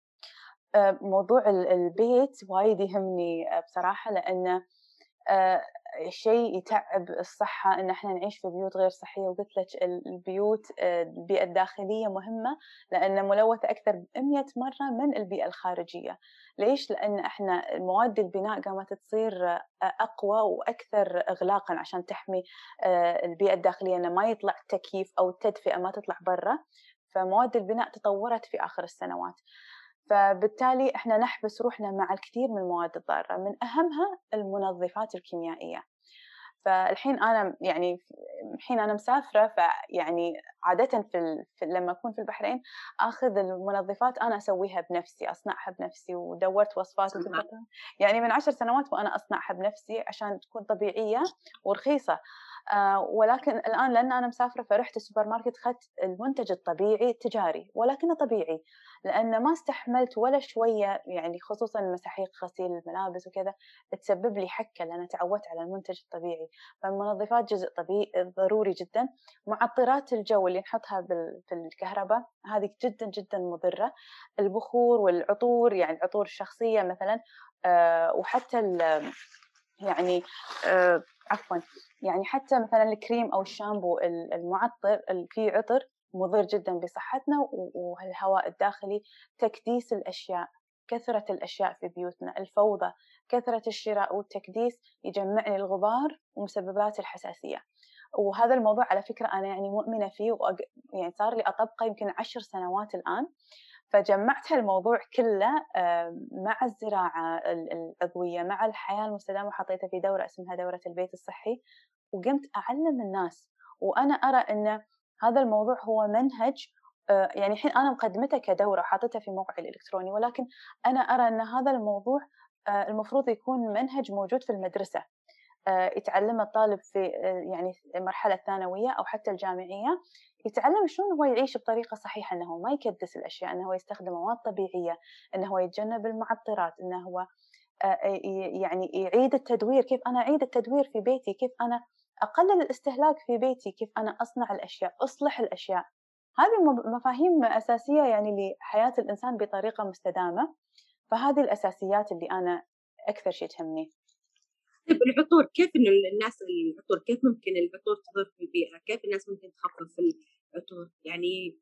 موضوع البيت وايد يهمني بصراحة، لأنه آآ شيء يتعب الصحة إن إحنا نعيش في بيوت غير صحية. وقُلت لِك البيوت، البيئة الداخلية مهمة، لأنها ملوثة أكثر ب100 مرة من البيئة الخارجية. ليش؟ لأن إحنا مواد البناء قامت تصير أقوى وأكثر إغلاقًا عشان تحمي البيئة الداخلية، إنه ما يطلع تكييف أو التدفئة ما تطلع برّا. فمواد البناء تطورت في آخر السنوات. فبالتالي إحنا نحبس روحنا مع الكثير من المواد الضارة، من أهمها المنظفات الكيميائية. فالحين أنا يعني الحين أنا مسافرة، فيعني عادةً لمّا أكون في البحرين آخذ المنظفات أنا أسويها بنفسي، أصنعها بنفسي، ودوّرت وصفات وكتبتها يعني من 10 سنوات وأنا أصنعها بنفسي عشان تكون طبيعية ورخيصة. ولكن الآن لأن أنا مسافرة فرُحت السوبر ماركت أخذت المنتج الطبيعي التجاري، ولكنه طبيعي، لأن ما استحملت ولا شوية، يعني خصوصًا مساحيق غسيل الملابس وكذا تسبب لي حكة، لأن تعودت على المنتج الطبيعي. فالمنظفات جزء ضروري جدًا. معطرات الجو اللي نحطها في الكهربا هذه جدًا، جدًا مضرة. البخور والعطور، يعني العطور الشخصية مثلًا، وحتى يعني عفوًا، يعني حتى مثلًا الكريم أو الشامبو المعطر فيه عطر مضر جدًا بصحتنا والهواء الداخلي. تكديس الأشياء، كثرة الأشياء في بيوتنا، الفوضى، كثرة الشراء والتكديس يجمع لي الغبار ومسببات الحساسية. وهذا الموضوع على فكرة أنا يعني مؤمنة فيه يعني صار لي أطبقه يمكن 10 سنوات الآن. فجمعت هالموضوع كله مع الزراعة العضوية مع الحياة المستدامة، وحطيته في دورة اسمها دورة البيت الصحي، وقمت أعلم الناس. وأنا أرى إن هذا الموضوع هو منهج، يعني الحين أنا مقدمته كدورة وحاطته في موقعي الإلكتروني، ولكن أنا أرى أن هذا الموضوع المفروض يكون منهج موجود في المدرسة. يتعلمه الطالب في يعني المرحلة الثانوية أو حتى الجامعية، يتعلم شلون هو يعيش بطريقة صحيحة، إنه هو ما يكدس الأشياء، إنه هو يستخدم مواد طبيعية، إنه هو يتجنب المعطرات، إنه هو يعني يعيد التدوير، كيف أنا أعيد التدوير في بيتي، كيف أنا أقلل الاستهلاك في بيتي، كيف أنا أصنع الأشياء، أصلح الأشياء. هذه مفاهيم أساسية يعني لحياة الإنسان بطريقة مستدامة، فهذه الأساسيات اللي أنا أكثر شيء تهمني. طيب العطور، كيف إنه الناس العطور كيف ممكن العطور تضر في البيئة؟ كيف الناس ممكن تخفف العطور؟ يعني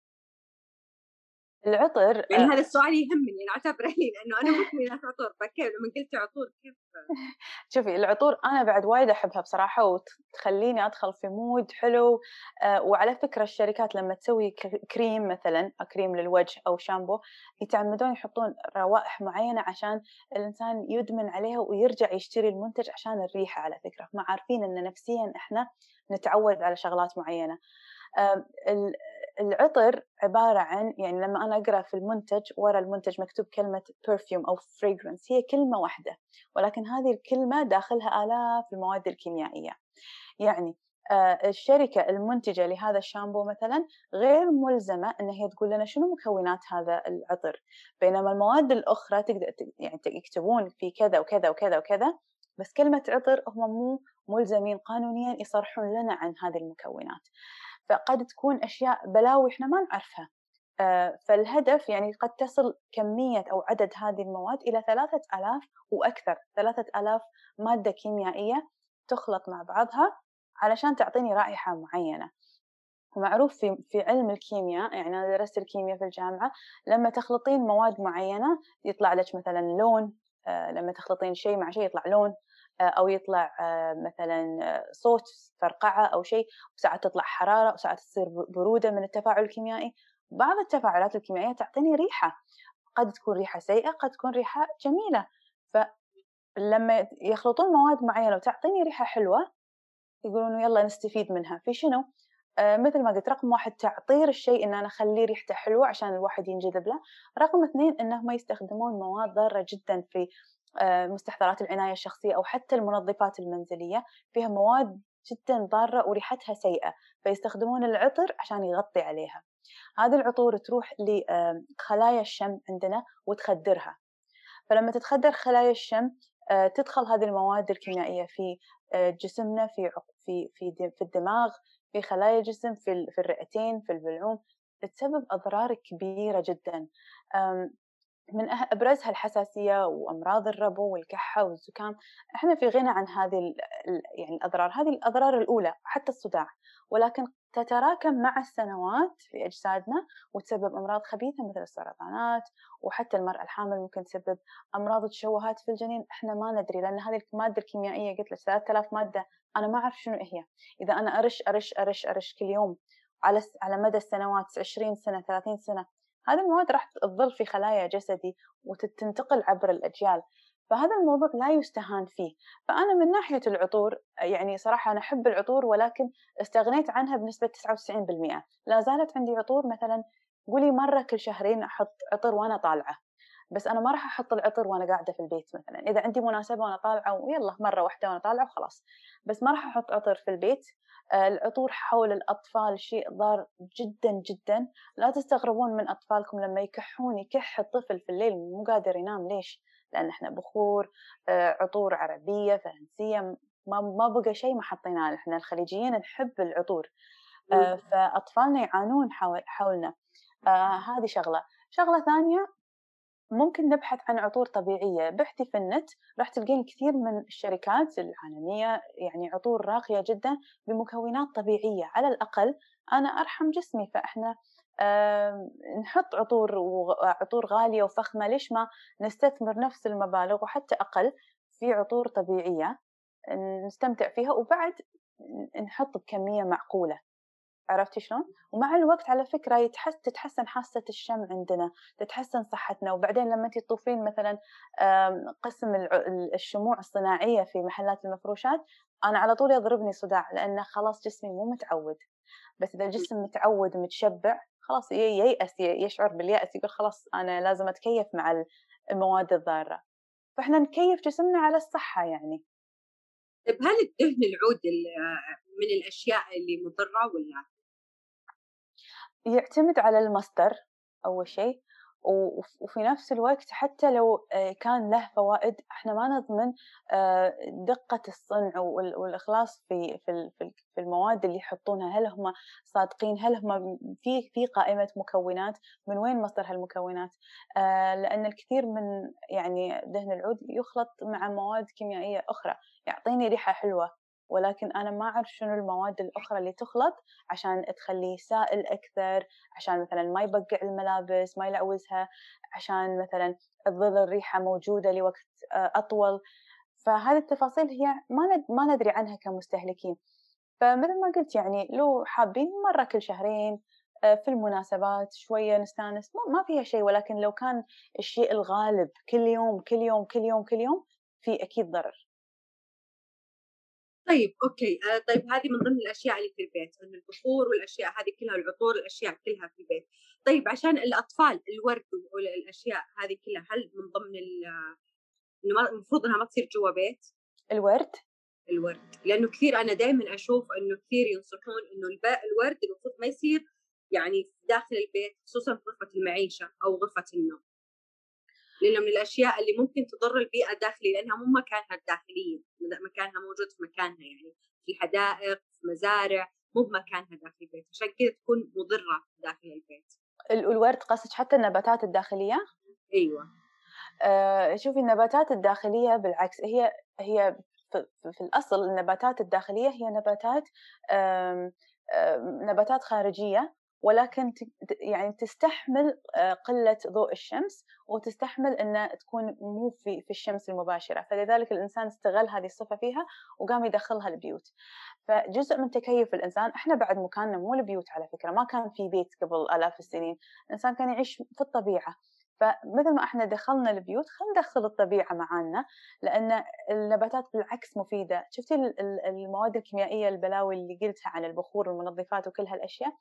العطر هذا السؤال يهمني، أنا أعتبره لي لأنه أنا مدمنة عطور، فكيف لمّا قلتِ عطور كيف؟ شوفي العطور أنا بعد وايد أحبها بصراحة، وتخلّيني أدخل في mood حلو. وعلى فكرة الشركات لمّا تسوي كريم مثلًا، كريم للوجه أو شامبو، يتعمدون يحطون روائح معيّنة عشان الإنسان يدمن عليها ويرجع يشتري المنتج عشان الريحة على فكرة، هم عارفين إن نفسيًا إحنا نتعود على شغلات معيّنة. ال العطر عبارة عن، يعني لمّا أنا أقرا في المنتج، ورا المنتج مكتوب كلمة perfume أو fragrance، هي كلمة واحدة، ولكن هذه الكلمة داخلها آلاف المواد الكيميائية. يعني الشركة المنتجة لهذا الشامبو مثلًا غير ملزمة إن هي تقول لنا شنو مكونات هذا العطر، بينما المواد الأخرى تقدر يعني يكتبون في كذا وكذا وكذا وكذا، بس كلمة عطر هم مو ملزمين قانونيًا يصرحون لنا عن هذه المكونات. فقد تكون أشياء بلاوي إحنا ما نعرفها. فالهدف يعني قد تصل كمية أو عدد هذه المواد إلى 3000 وأكثر، 3000 مادة كيميائية تخلط مع بعضها علشان تعطيني رائحة معينة. ومعروف في علم الكيمياء، يعني أنا درست الكيمياء في الجامعة، لما تخلطين مواد معينة يطلع لك مثلا لون، لما تخلطين شيء مع شيء يطلع لون، أو يطلع مثلا صوت فرقعة أو شيء، وساعات تطلع حرارة، وساعات تصير برودة من التفاعل الكيميائي. بعض التفاعلات الكيميائية تعطيني ريحة، قد تكون ريحة سيئة، قد تكون ريحة جميلة. فلما يخلطون مواد معينة وتعطيني ريحة حلوة، يقولون يلا نستفيد منها في شنو؟ مثل ما قلت، رقم 1 تعطير الشيء، إن أنا أخليه ريحته حلوة عشان الواحد ينجذب له. رقم 2 إنهم يستخدمون مواد ضارة جدًا في مستحضرات العناية الشخصية أو حتى المنظفات المنزلية، فيها مواد جدًا ضارة وريحتها سيئة، فيستخدمون العطر عشان يغطي عليها. هذه العطور تروح لخلايا الشم عندنا وتخدرها. فلما تتخدر خلايا الشم، تدخل هذه المواد الكيميائية في جسمنا، في الدماغ، في خلايا الجسم، في الرئتين، في البلعوم، تسبب أضرار كبيرة جدًا. آمم من أبرزها الحساسية وأمراض الربو والكحة والزكام. إحنا في غنى عن هذه يعني الأضرار، هذه الأضرار الأولى، حتى الصداع، ولكن تتراكم مع السنوات في أجسادنا وتسبب أمراض خبيثة مثل السرطانات، وحتى المرأة الحامل ممكن تسبب أمراض تشوهات في الجنين إحنا ما ندري، لأن هذه المادة الكيميائية قلت لك 3000 مادة، أنا ما أعرف شنو هي. إذا أنا أرش كل يوم على مدى السنوات، 20 سنة 30 سنة، هذه المواد راح تظل في خلايا جسدي وتنتقل عبر الأجيال. فهذا الموضوع لا يستهان فيه. فأنا من ناحية العطور، يعني صراحة أنا أحب العطور، ولكن استغنيت عنها بنسبة 99%. لا زالت عندي عطور، مثلا قولي مرة كل شهرين أحط عطر وأنا طالعة، بس أنا ما راح أحط العطر وأنا قاعدة في البيت. مثلا إذا عندي مناسبة وأنا طالعة ويلا مرة واحدة وأنا طالعة وخلاص، بس ما راح أحط عطر في البيت. العطور حول الأطفال شيء ضار جدا جدا. لا تستغربون من أطفالكم لما يكحون، يكح الطفل في الليل مو قادر ينام، ليش؟ لأن إحنا بخور، عطور عربية فرنسية، ما بقى شيء ما حطيناه. إحنا الخليجيين نحب العطور، فأطفالنا يعانون حولنا. هذه شغلة ثانية، ممكن نبحث عن عطور طبيعية. بحثي في النت راح تلقين كثير من الشركات العالمية يعني عطور راقية جدا بمكونات طبيعية. على الأقل أنا أرحم جسمي، فإحنا نحط عطور غالية وفخمة، ليش ما نستثمر نفس المبالغ وحتى أقل في عطور طبيعية نستمتع فيها، وبعد نحط بكمية معقولة. عرفتِ شلون؟ ومع الوقت على فكرة تتحسن حاسة الشم عندنا، تتحسن صحتنا. وبعدين لمّا أنتِ تطوفين مثلًا قسم الشموع الصناعية في محلات المفروشات، أنا على طول يضربني صداع، لأن خلاص جسمي مو متعود. بس إذا الجسم متعود متشبع، خلاص ييأس، يشعر باليأس، يقول خلاص أنا لازم أتكيف مع المواد الضارة. فإحنا نكيف جسمنا على الصحة يعني. طيب هل الدهن العود من الأشياء اللي مضرة ولا؟ يعتمد على المصدر أول شيء، وفي نفس الوقت حتى لو كان له فوائد إحنا ما نضمن دقة الصنع والإخلاص في المواد اللي يحطونها، هل هم صادقين؟ هل هم في قائمة مكونات، من وين مصدر هالمكونات؟ لأن الكثير من يعني دهن العود يخلط مع مواد كيميائية أخرى يعطيني ريحة حلوة، ولكن أنا ما أعرف شنو المواد الأخرى اللي تخلط عشان تخليه سائل أكثر، عشان مثلًا ما يبقع الملابس، ما يلوثها، عشان مثلًا تظل الريحة موجودة لوقت أطول. فهذه التفاصيل هي ما ندري عنها كمستهلكين. فمثل ما قلت يعني لو حابين مرة كل شهرين في المناسبات شوية نستانس، ما فيها شيء، ولكن لو كان الشيء الغالب كل يوم، كل يوم، كل يوم، كل يوم، في أكيد ضرر. طيب أوكي، طيب هذه من ضمن الأشياء اللي في البيت، إن البخور والأشياء هذه كلها، العطور، الأشياء كلها في البيت. طيب عشان الأطفال الورد والأشياء هذه كلها، هل من ضمن إنه المفروض إنها ما تصير جوا بيت الورد الورد؟ لأنه كثير أنا دائمًا أشوف إنه كثير ينصحون إنه الورد المفروض ما يصير يعني داخل البيت، خصوصًا في غرفة المعيشة أو غرفة النوم، لأنه من الأشياء اللي ممكن تضر البيئة الداخلية، لأنها مو مكانها الداخلي، مكانها موجود في مكانها يعني في الحدائق، في مزارع، مو بمكانها داخل البيت، عشان كذا تكون مضرة داخل البيت. الورد قصدِك حتى النباتات الداخلية؟ أيوه. شوفي النباتات الداخلية بالعكس هي في الأصل النباتات الداخلية هي نباتات آمم، نباتات خارجية، ولكن يعني تستحمل قلة ضوء الشمس، وتستحمل إن تكون مو في الشمس المباشرة، فلذلك الإنسان استغل هذه الصفة فيها وقام يدخّلها البيوت. فجزء من تكيُّف الإنسان إحنا بعد مكاننا مو البيوت على فكرة، ما كان في بيت قبل آلاف السنين، الإنسان كان يعيش في الطبيعة. فمثل ما إحنا دخلنا البيوت خلينا ندخل الطبيعة معانا، لأن النباتات بالعكس مفيدة. شفتي المواد الكيميائية البلاوي اللي قلتها عن البخور والمنظفات وكل هالأشياء،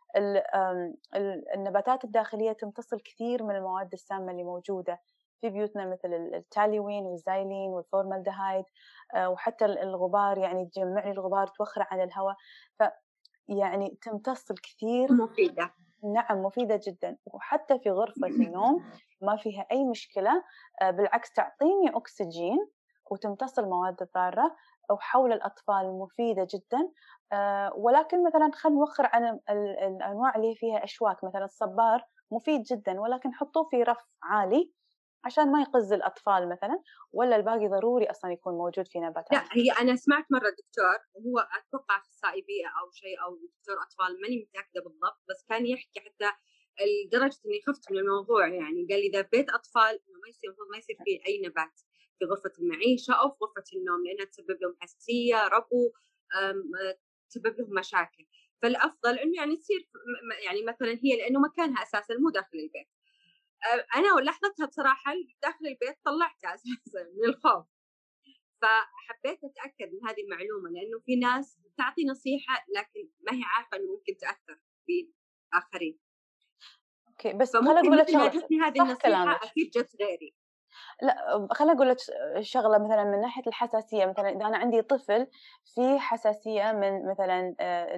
النباتات الداخلية تمتص الكثير من المواد السامة اللي موجودة في بيوتنا مثل التاليوين والزايلين والفورمالدهايد، وحتى الغبار يعني تجمع لي الغبار توخره عن الهواء، فيعني تمتص الكثير. مفيدة. نعم مفيدة جدًا، وحتى في غرفة النوم ما فيها أي مشكلة، بالعكس تعطيني أكسجين وتمتص المواد الضارة، وحول الأطفال مفيدة جدًا. ولكن مثلًا خلينا نوخّر عن الأنواع اللي فيها أشواك، مثلًا الصبار مفيد جدًا، ولكن حطوه في رف عالي عشان ما يقز الأطفال مثلًا، والّا الباقي ضروري أصلًا يكون موجود في لأ، نباتات. هي أنا سمعت مرّة دكتور، وهو أتوقع أخصائي بيئة أو شيء أو دكتور أطفال، ماني متأكدة بالضبط، بس كان يحكي حتى لدرجة إني خفت من الموضوع يعني، قال لي إذا بيت أطفال إنه ما يصير، المفروض ما يصير فيه أي نبات في غرفة المعيشة أو في غرفة النوم، لأنها تسبب لهم حساسية، ربو، تسبب لهم مشاكل. فالأفضل إنه يعني تصير يعني مثلًا هي لإنه مكانها أساسًا مو داخل البيت. أنا لحظتها بصراحة داخل البيت طلعتها أساسًا من الخوف. فحبيت أتأكد من هذه المعلومة، لإنه في ناس تعطي نصيحة لكن ما هي عارفة إنه ممكن تأثّر بالآخرين، أوكي، بس خليني فممكن أقول لك مثل ما شغلة. جتني هذه صح النصيحة كلامِك. أكيد جت غيري. لأ، خلّيني أقول لك شغلة مثلًا من ناحية الحساسية، مثلًا إذا أنا عندي طفل فيه حساسية من مثلًا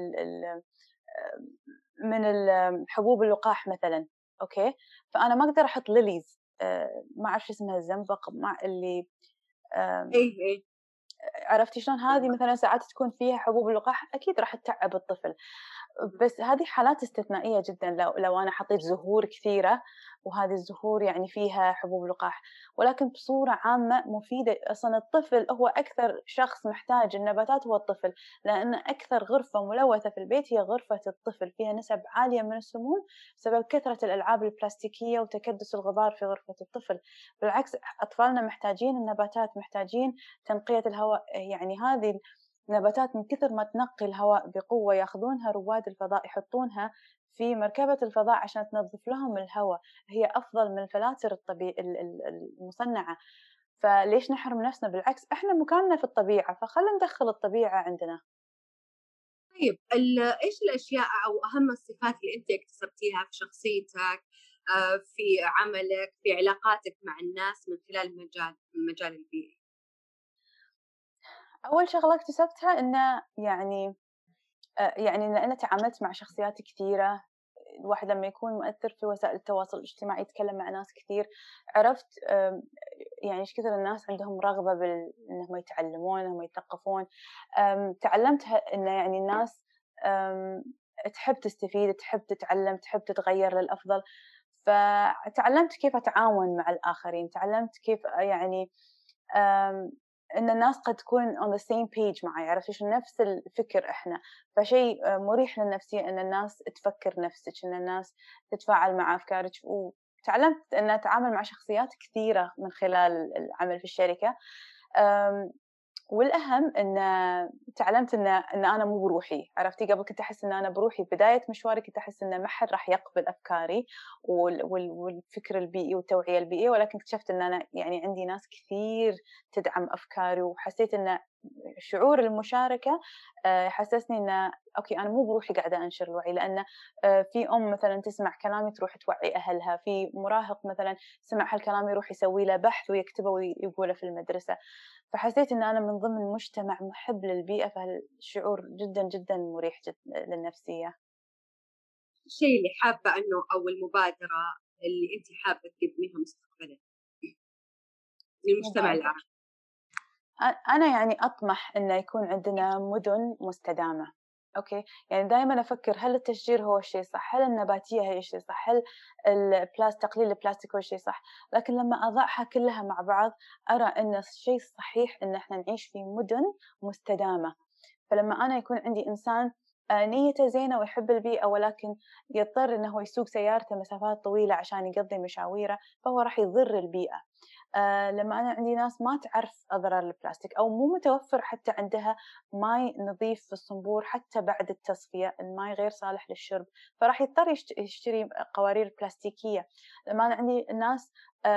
من حبوب اللقاح مثلًا، أوكي، فأنا ما أقدر أحط ليليز، ما أعرف شو اسمها الزنبق اللي آمم إيه، إيه، عرفتِ شلون؟ هذه فاهمة. مثلًا ساعات تكون فيها حبوب اللقاح أكيد راح تتعب الطفل. بس هذه حالات استثنائية جدًا لو أنا حطيت زهور كثيرة، وهذه الزهور يعني فيها حبوب لقاح، ولكن بصورة عامة مفيدة. أصلًا الطفل هو أكثر شخص محتاج النباتات هو الطفل، لأن أكثر غرفة ملوثة في البيت هي غرفة الطفل، فيها نسب عالية من السموم بسبب كثرة الألعاب البلاستيكية وتكدس الغبار في غرفة الطفل. بالعكس أطفالنا محتاجين النباتات، محتاجين تنقية الهواء، يعني هذه نباتات من كثر ما تنقي الهواء بقوة ياخذونها رواد الفضاء يحطونها في مركبة الفضاء عشان تنظف لهم الهواء، هي أفضل من الفلاتر المصنعة. فليش نحرم نفسنا؟ بالعكس إحنا مكاننا في الطبيعة، فخلنا ندخل الطبيعة عندنا. طيب إيش الأشياء أو أهم الصفات اللي أنتِ اكتسبتيها في شخصيتك، في عملك، في علاقاتك مع الناس من خلال المجال البيئي؟ أول شغلة اكتسبتها إنه يعني إن أنا تعاملت مع شخصيات كثيرة. الواحد لمّا يكون مؤثّر في وسائل التواصل الاجتماعي يتكلّم مع ناس كثير، عرفت يعني إيش كثر الناس عندهم رغبة إنهم يتعلّمون، إنهم يتثقّفون. تعلّمت إنه يعني الناس آمم تحب تستفيد، تحب تتعلّم، تحب تتغيّر للأفضل. فتعلّمت كيف أتعاون مع الآخرين، تعلّمت كيف يعني آمم إن الناس قد تكون on the same page معاي، عرفتِ شلون؟ نفس الفكر إحنا. فشيء مريح للنفسية إن الناس تفكّر نفسِك، إن الناس تتفاعل مع أفكارِك. وتعلمت إن أتعامل مع شخصيات كثيرة من خلال العمل في الشركة. آمم والأهم تعلمت إن أنا مو بروحي. عرفتِ قبل كنت أحس إن أنا بروحي، بداية مشواري كنت أحس إن ما حد راح يقبل أفكاري والفكر البيئي والتوعية البيئية، ولكن اكتشفت إن أنا يعني عندي ناس كثير تدعم أفكاري، وحسيت إن شعور المشاركة حسسني إن أوكي أنا مو بروحي قاعدة أنشر الوعي. لأن في مثلًا تسمع كلامي تروح توعي أهلها، في مراهق مثلًا سمع هالكلام يروح يسوي له بحث ويكتبه ويقوله في المدرسة. فحسيت إن أنا من ضمن مجتمع محب للبيئة، فالشعور جدًا، جدًا مريح للنفسية. الشيء اللي حابة إنه أو المبادرة اللي أنتِ حابة تقدميها مستقبلًا للمجتمع مبادرة. العربي؟ أنا يعني أطمح إنه يكون عندنا مدن مستدامة. أوكي، يعني دايمًا أفكر هل التشجير هو الشيء الصح؟ هل النباتية هي الشيء الصح؟ هل تقليل البلاستيك هو الشيء الصح؟ لكن لما أضعها كلها مع بعض أرى إن الشيء الصحيح إن إحنا نعيش في مدن مستدامة. فلما أنا يكون عندي إنسان نيته زينة ويحب البيئة، ولكن يضطر إنه هو يسوق سيارته مسافات طويلة عشان يقضي مشاويره، فهو راح يضر البيئة. لمّا أنا عندي ناس ما تعرف أضرار البلاستيك، أو مو متوفر حتى عندها ماي نظيف في الصنبور حتى بعد التصفية، الماي غير صالح للشرب، فراح يضطر يشتري قوارير بلاستيكية. لمّا أنا عندي ناس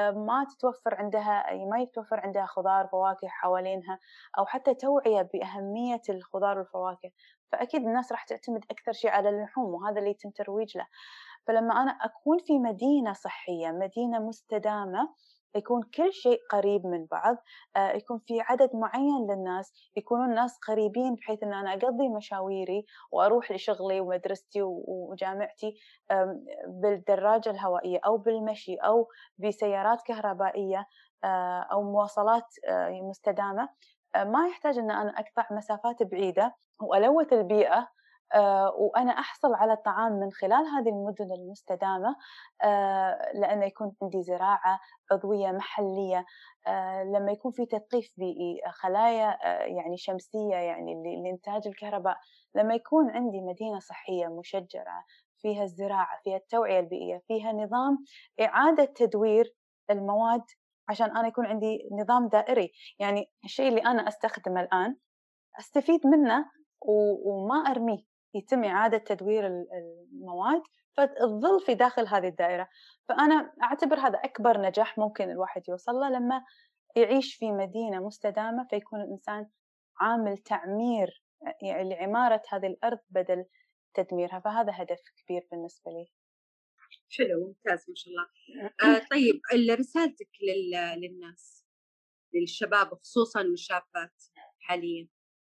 ما يتوفر عندها خضار، فواكه حوالينها، أو حتى توعية بأهمية الخضار والفواكه، فأكيد الناس راح تعتمد أكثر شي على اللحوم، وهذا اللي يتم ترويج له. فلما أنا أكون في مدينة صحية، مدينة مستدامة، يكون كل شيء قريب من بعض، يكون في عدد معين للناس، يكونون الناس قريبين بحيث إن أنا أقضي مشاويري وأروح لشغلي ومدرستي وجامعتي بالدراجة الهوائية أو بالمشي أو بسيارات كهربائية أو مواصلات مستدامة. ما يحتاج إن أنا أقطع مسافات بعيدة وألوث البيئة. وأنا أحصل على الطعام من خلال هذه المدن المستدامة. لأنه يكون عندي زراعة عضوية محلية. لما يكون في تثقيف بيئي، خلايا يعني شمسية يعني لإنتاج الكهرباء. لما يكون عندي مدينة صحية مشجرة فيها الزراعة، فيها التوعية البيئية، فيها نظام إعادة تدوير المواد، عشان أنا يكون عندي نظام دائري. يعني الشيء اللي أنا أستخدمه الآن أستفيد منه وما أرميه، يتم إعادة تدوير المواد فتظل في داخل هذه الدائرة. فأنا أعتبر هذا أكبر نجاح ممكن الواحد يوصل له لما يعيش في مدينة مستدامة، فيكون الإنسان عامل تعمير يعني لعمارة هذه الأرض بدل تدميرها. فهذا هدف كبير بالنسبة لي. حلو، ممتاز ما شاء الله. طيب رسالتِك للناس، للشباب خصوصًا والشابات حاليًا؟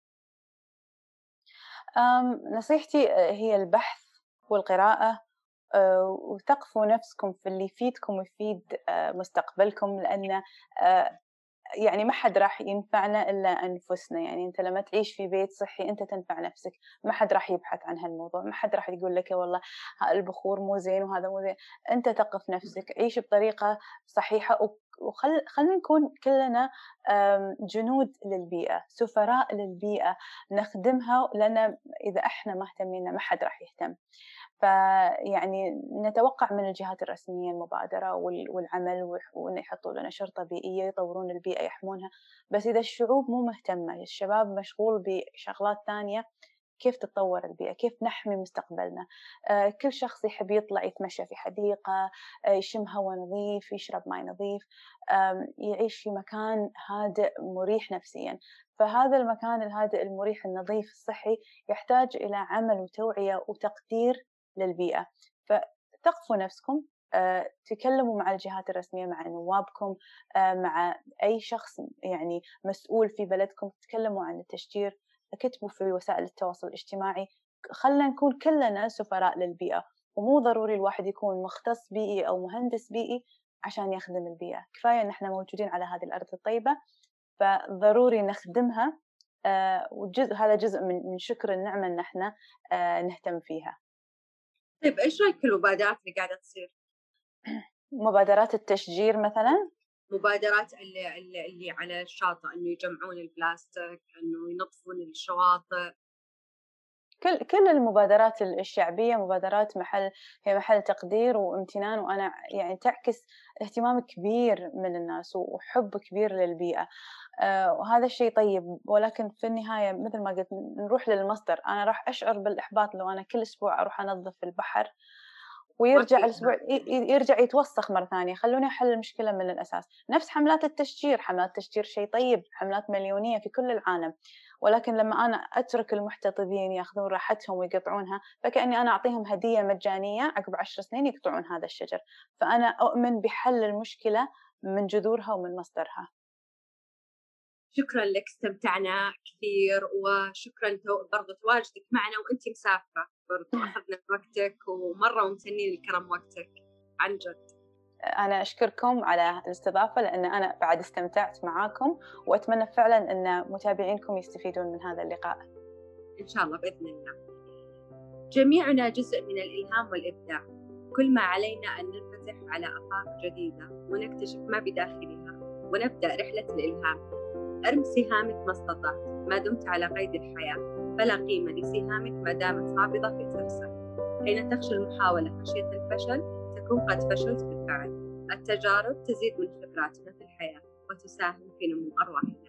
نصيحتي هي البحث والقراءة. وثقفوا نفسكم في اللي يفيدكم ويفيد مستقبلكم. لأن يعني ما حد راح ينفعنا إلا أنفسنا. يعني أنت لما تعيش في بيت صحي أنت تنفع نفسك، ما حد راح يبحث عن هالموضوع، ما حد راح يقول لك والله البخور مو زين وهذا مو زين. أنت ثقف نفسك، عيش بطريقة صحيحة، خلينا نكون كلنا جنود للبيئة، سفراء للبيئة، نخدمها. لأن إذا إحنا ما اهتمينا ما حد راح يهتم. فيعني نتوقع من الجهات الرسمية المبادرة والعمل، وإنه يحطوا لنا شرطة بيئية يطورون البيئة يحمونها. بس إذا الشعوب مو مهتمة، الشباب مشغول بشغلات ثانية، كيف تتطور البيئة؟ كيف نحمي مستقبلنا؟ كل شخص يحب يطلع يتمشى في حديقة، يشم هواء نظيف، يشرب ماء نظيف، يعيش في مكان هادئ مريح نفسيا. فهذا المكان الهادئ المريح النظيف الصحي يحتاج إلى عمل وتوعية وتقدير للبيئة. فثقفوا نفسكم، تكلموا مع الجهات الرسمية، مع نوابكم، مع أي شخص يعني مسؤول في بلدكم، تكلموا عن التشجير، اكتبوا في وسائل التواصل الاجتماعي. خلنا نكون كلنا سفراء للبيئة، ومو ضروري الواحد يكون مختص بيئي أو مهندس بيئي عشان يخدم البيئة. كفاية إن إحنا موجودين على هذه الأرض الطيبة، فضروري نخدمها، هذا جزء من شكر النعمة إن إحنا نهتم فيها. طيب إيش رأيك في المبادرات اللي قاعدة تصير؟ مبادرات التشجير مثلاً؟ مبادرات اللي على الشاطئ، إنه يجمعون البلاستيك، إنه ينظفون الشواطئ. كل المبادرات الشعبية مبادرات هي محل تقدير وامتنان، وأنا يعني تعكس اهتمام كبير من الناس وحب كبير للبيئة، وهذا الشيء طيب. ولكن في النهاية مثل ما قلت نروح للمصدر. أنا راح أشعر بالإحباط لو أنا كل أسبوع أروح أنظف البحر ويرجع الأسبوع يرجع يتوسخ مرة ثانية. خلوني أحل المشكلة من الأساس. نفس حملات التشجير، حملات التشجير شيء طيب، حملات مليونية في كل العالم، ولكن لما أنا أترك المحتطبين يأخذون راحتهم ويقطعونها، فكأني أنا أعطيهم هدية مجانية عقب 10 سنين يقطعون هذا الشجر. فأنا أؤمن بحل المشكلة من جذورها ومن مصدرها. شكرا لك، استمتعنا كثير، وشكرا برضو تواجدك معنا وأنت مسافرة، برضو أخذنا وقتك ومرة ممتنين لكرم وقتك عن جد. أنا أشكركم على الاستضافة، لأن أنا بعد استمتعت معاكم، وأتمنى فعلا أن متابعينكم يستفيدون من هذا اللقاء. إن شاء الله بإذن الله. جميعنا جزء من الإلهام والإبداع، كل ما علينا أن ننفتح على آفاق جديدة ونكتشف ما بداخلها ونبدأ رحلة الإلهام. أرم سهامك ما استطعت ما دمت على قيد الحياة، فلا قيمة لسهامك ما دامت قابضة في ترسل. حين تخشى المحاولة خشية الفشل تكون قد فشلت بالفعل. التجارب تزيد من خبراتنا في الحياة وتساهم في نمو أرواحنا.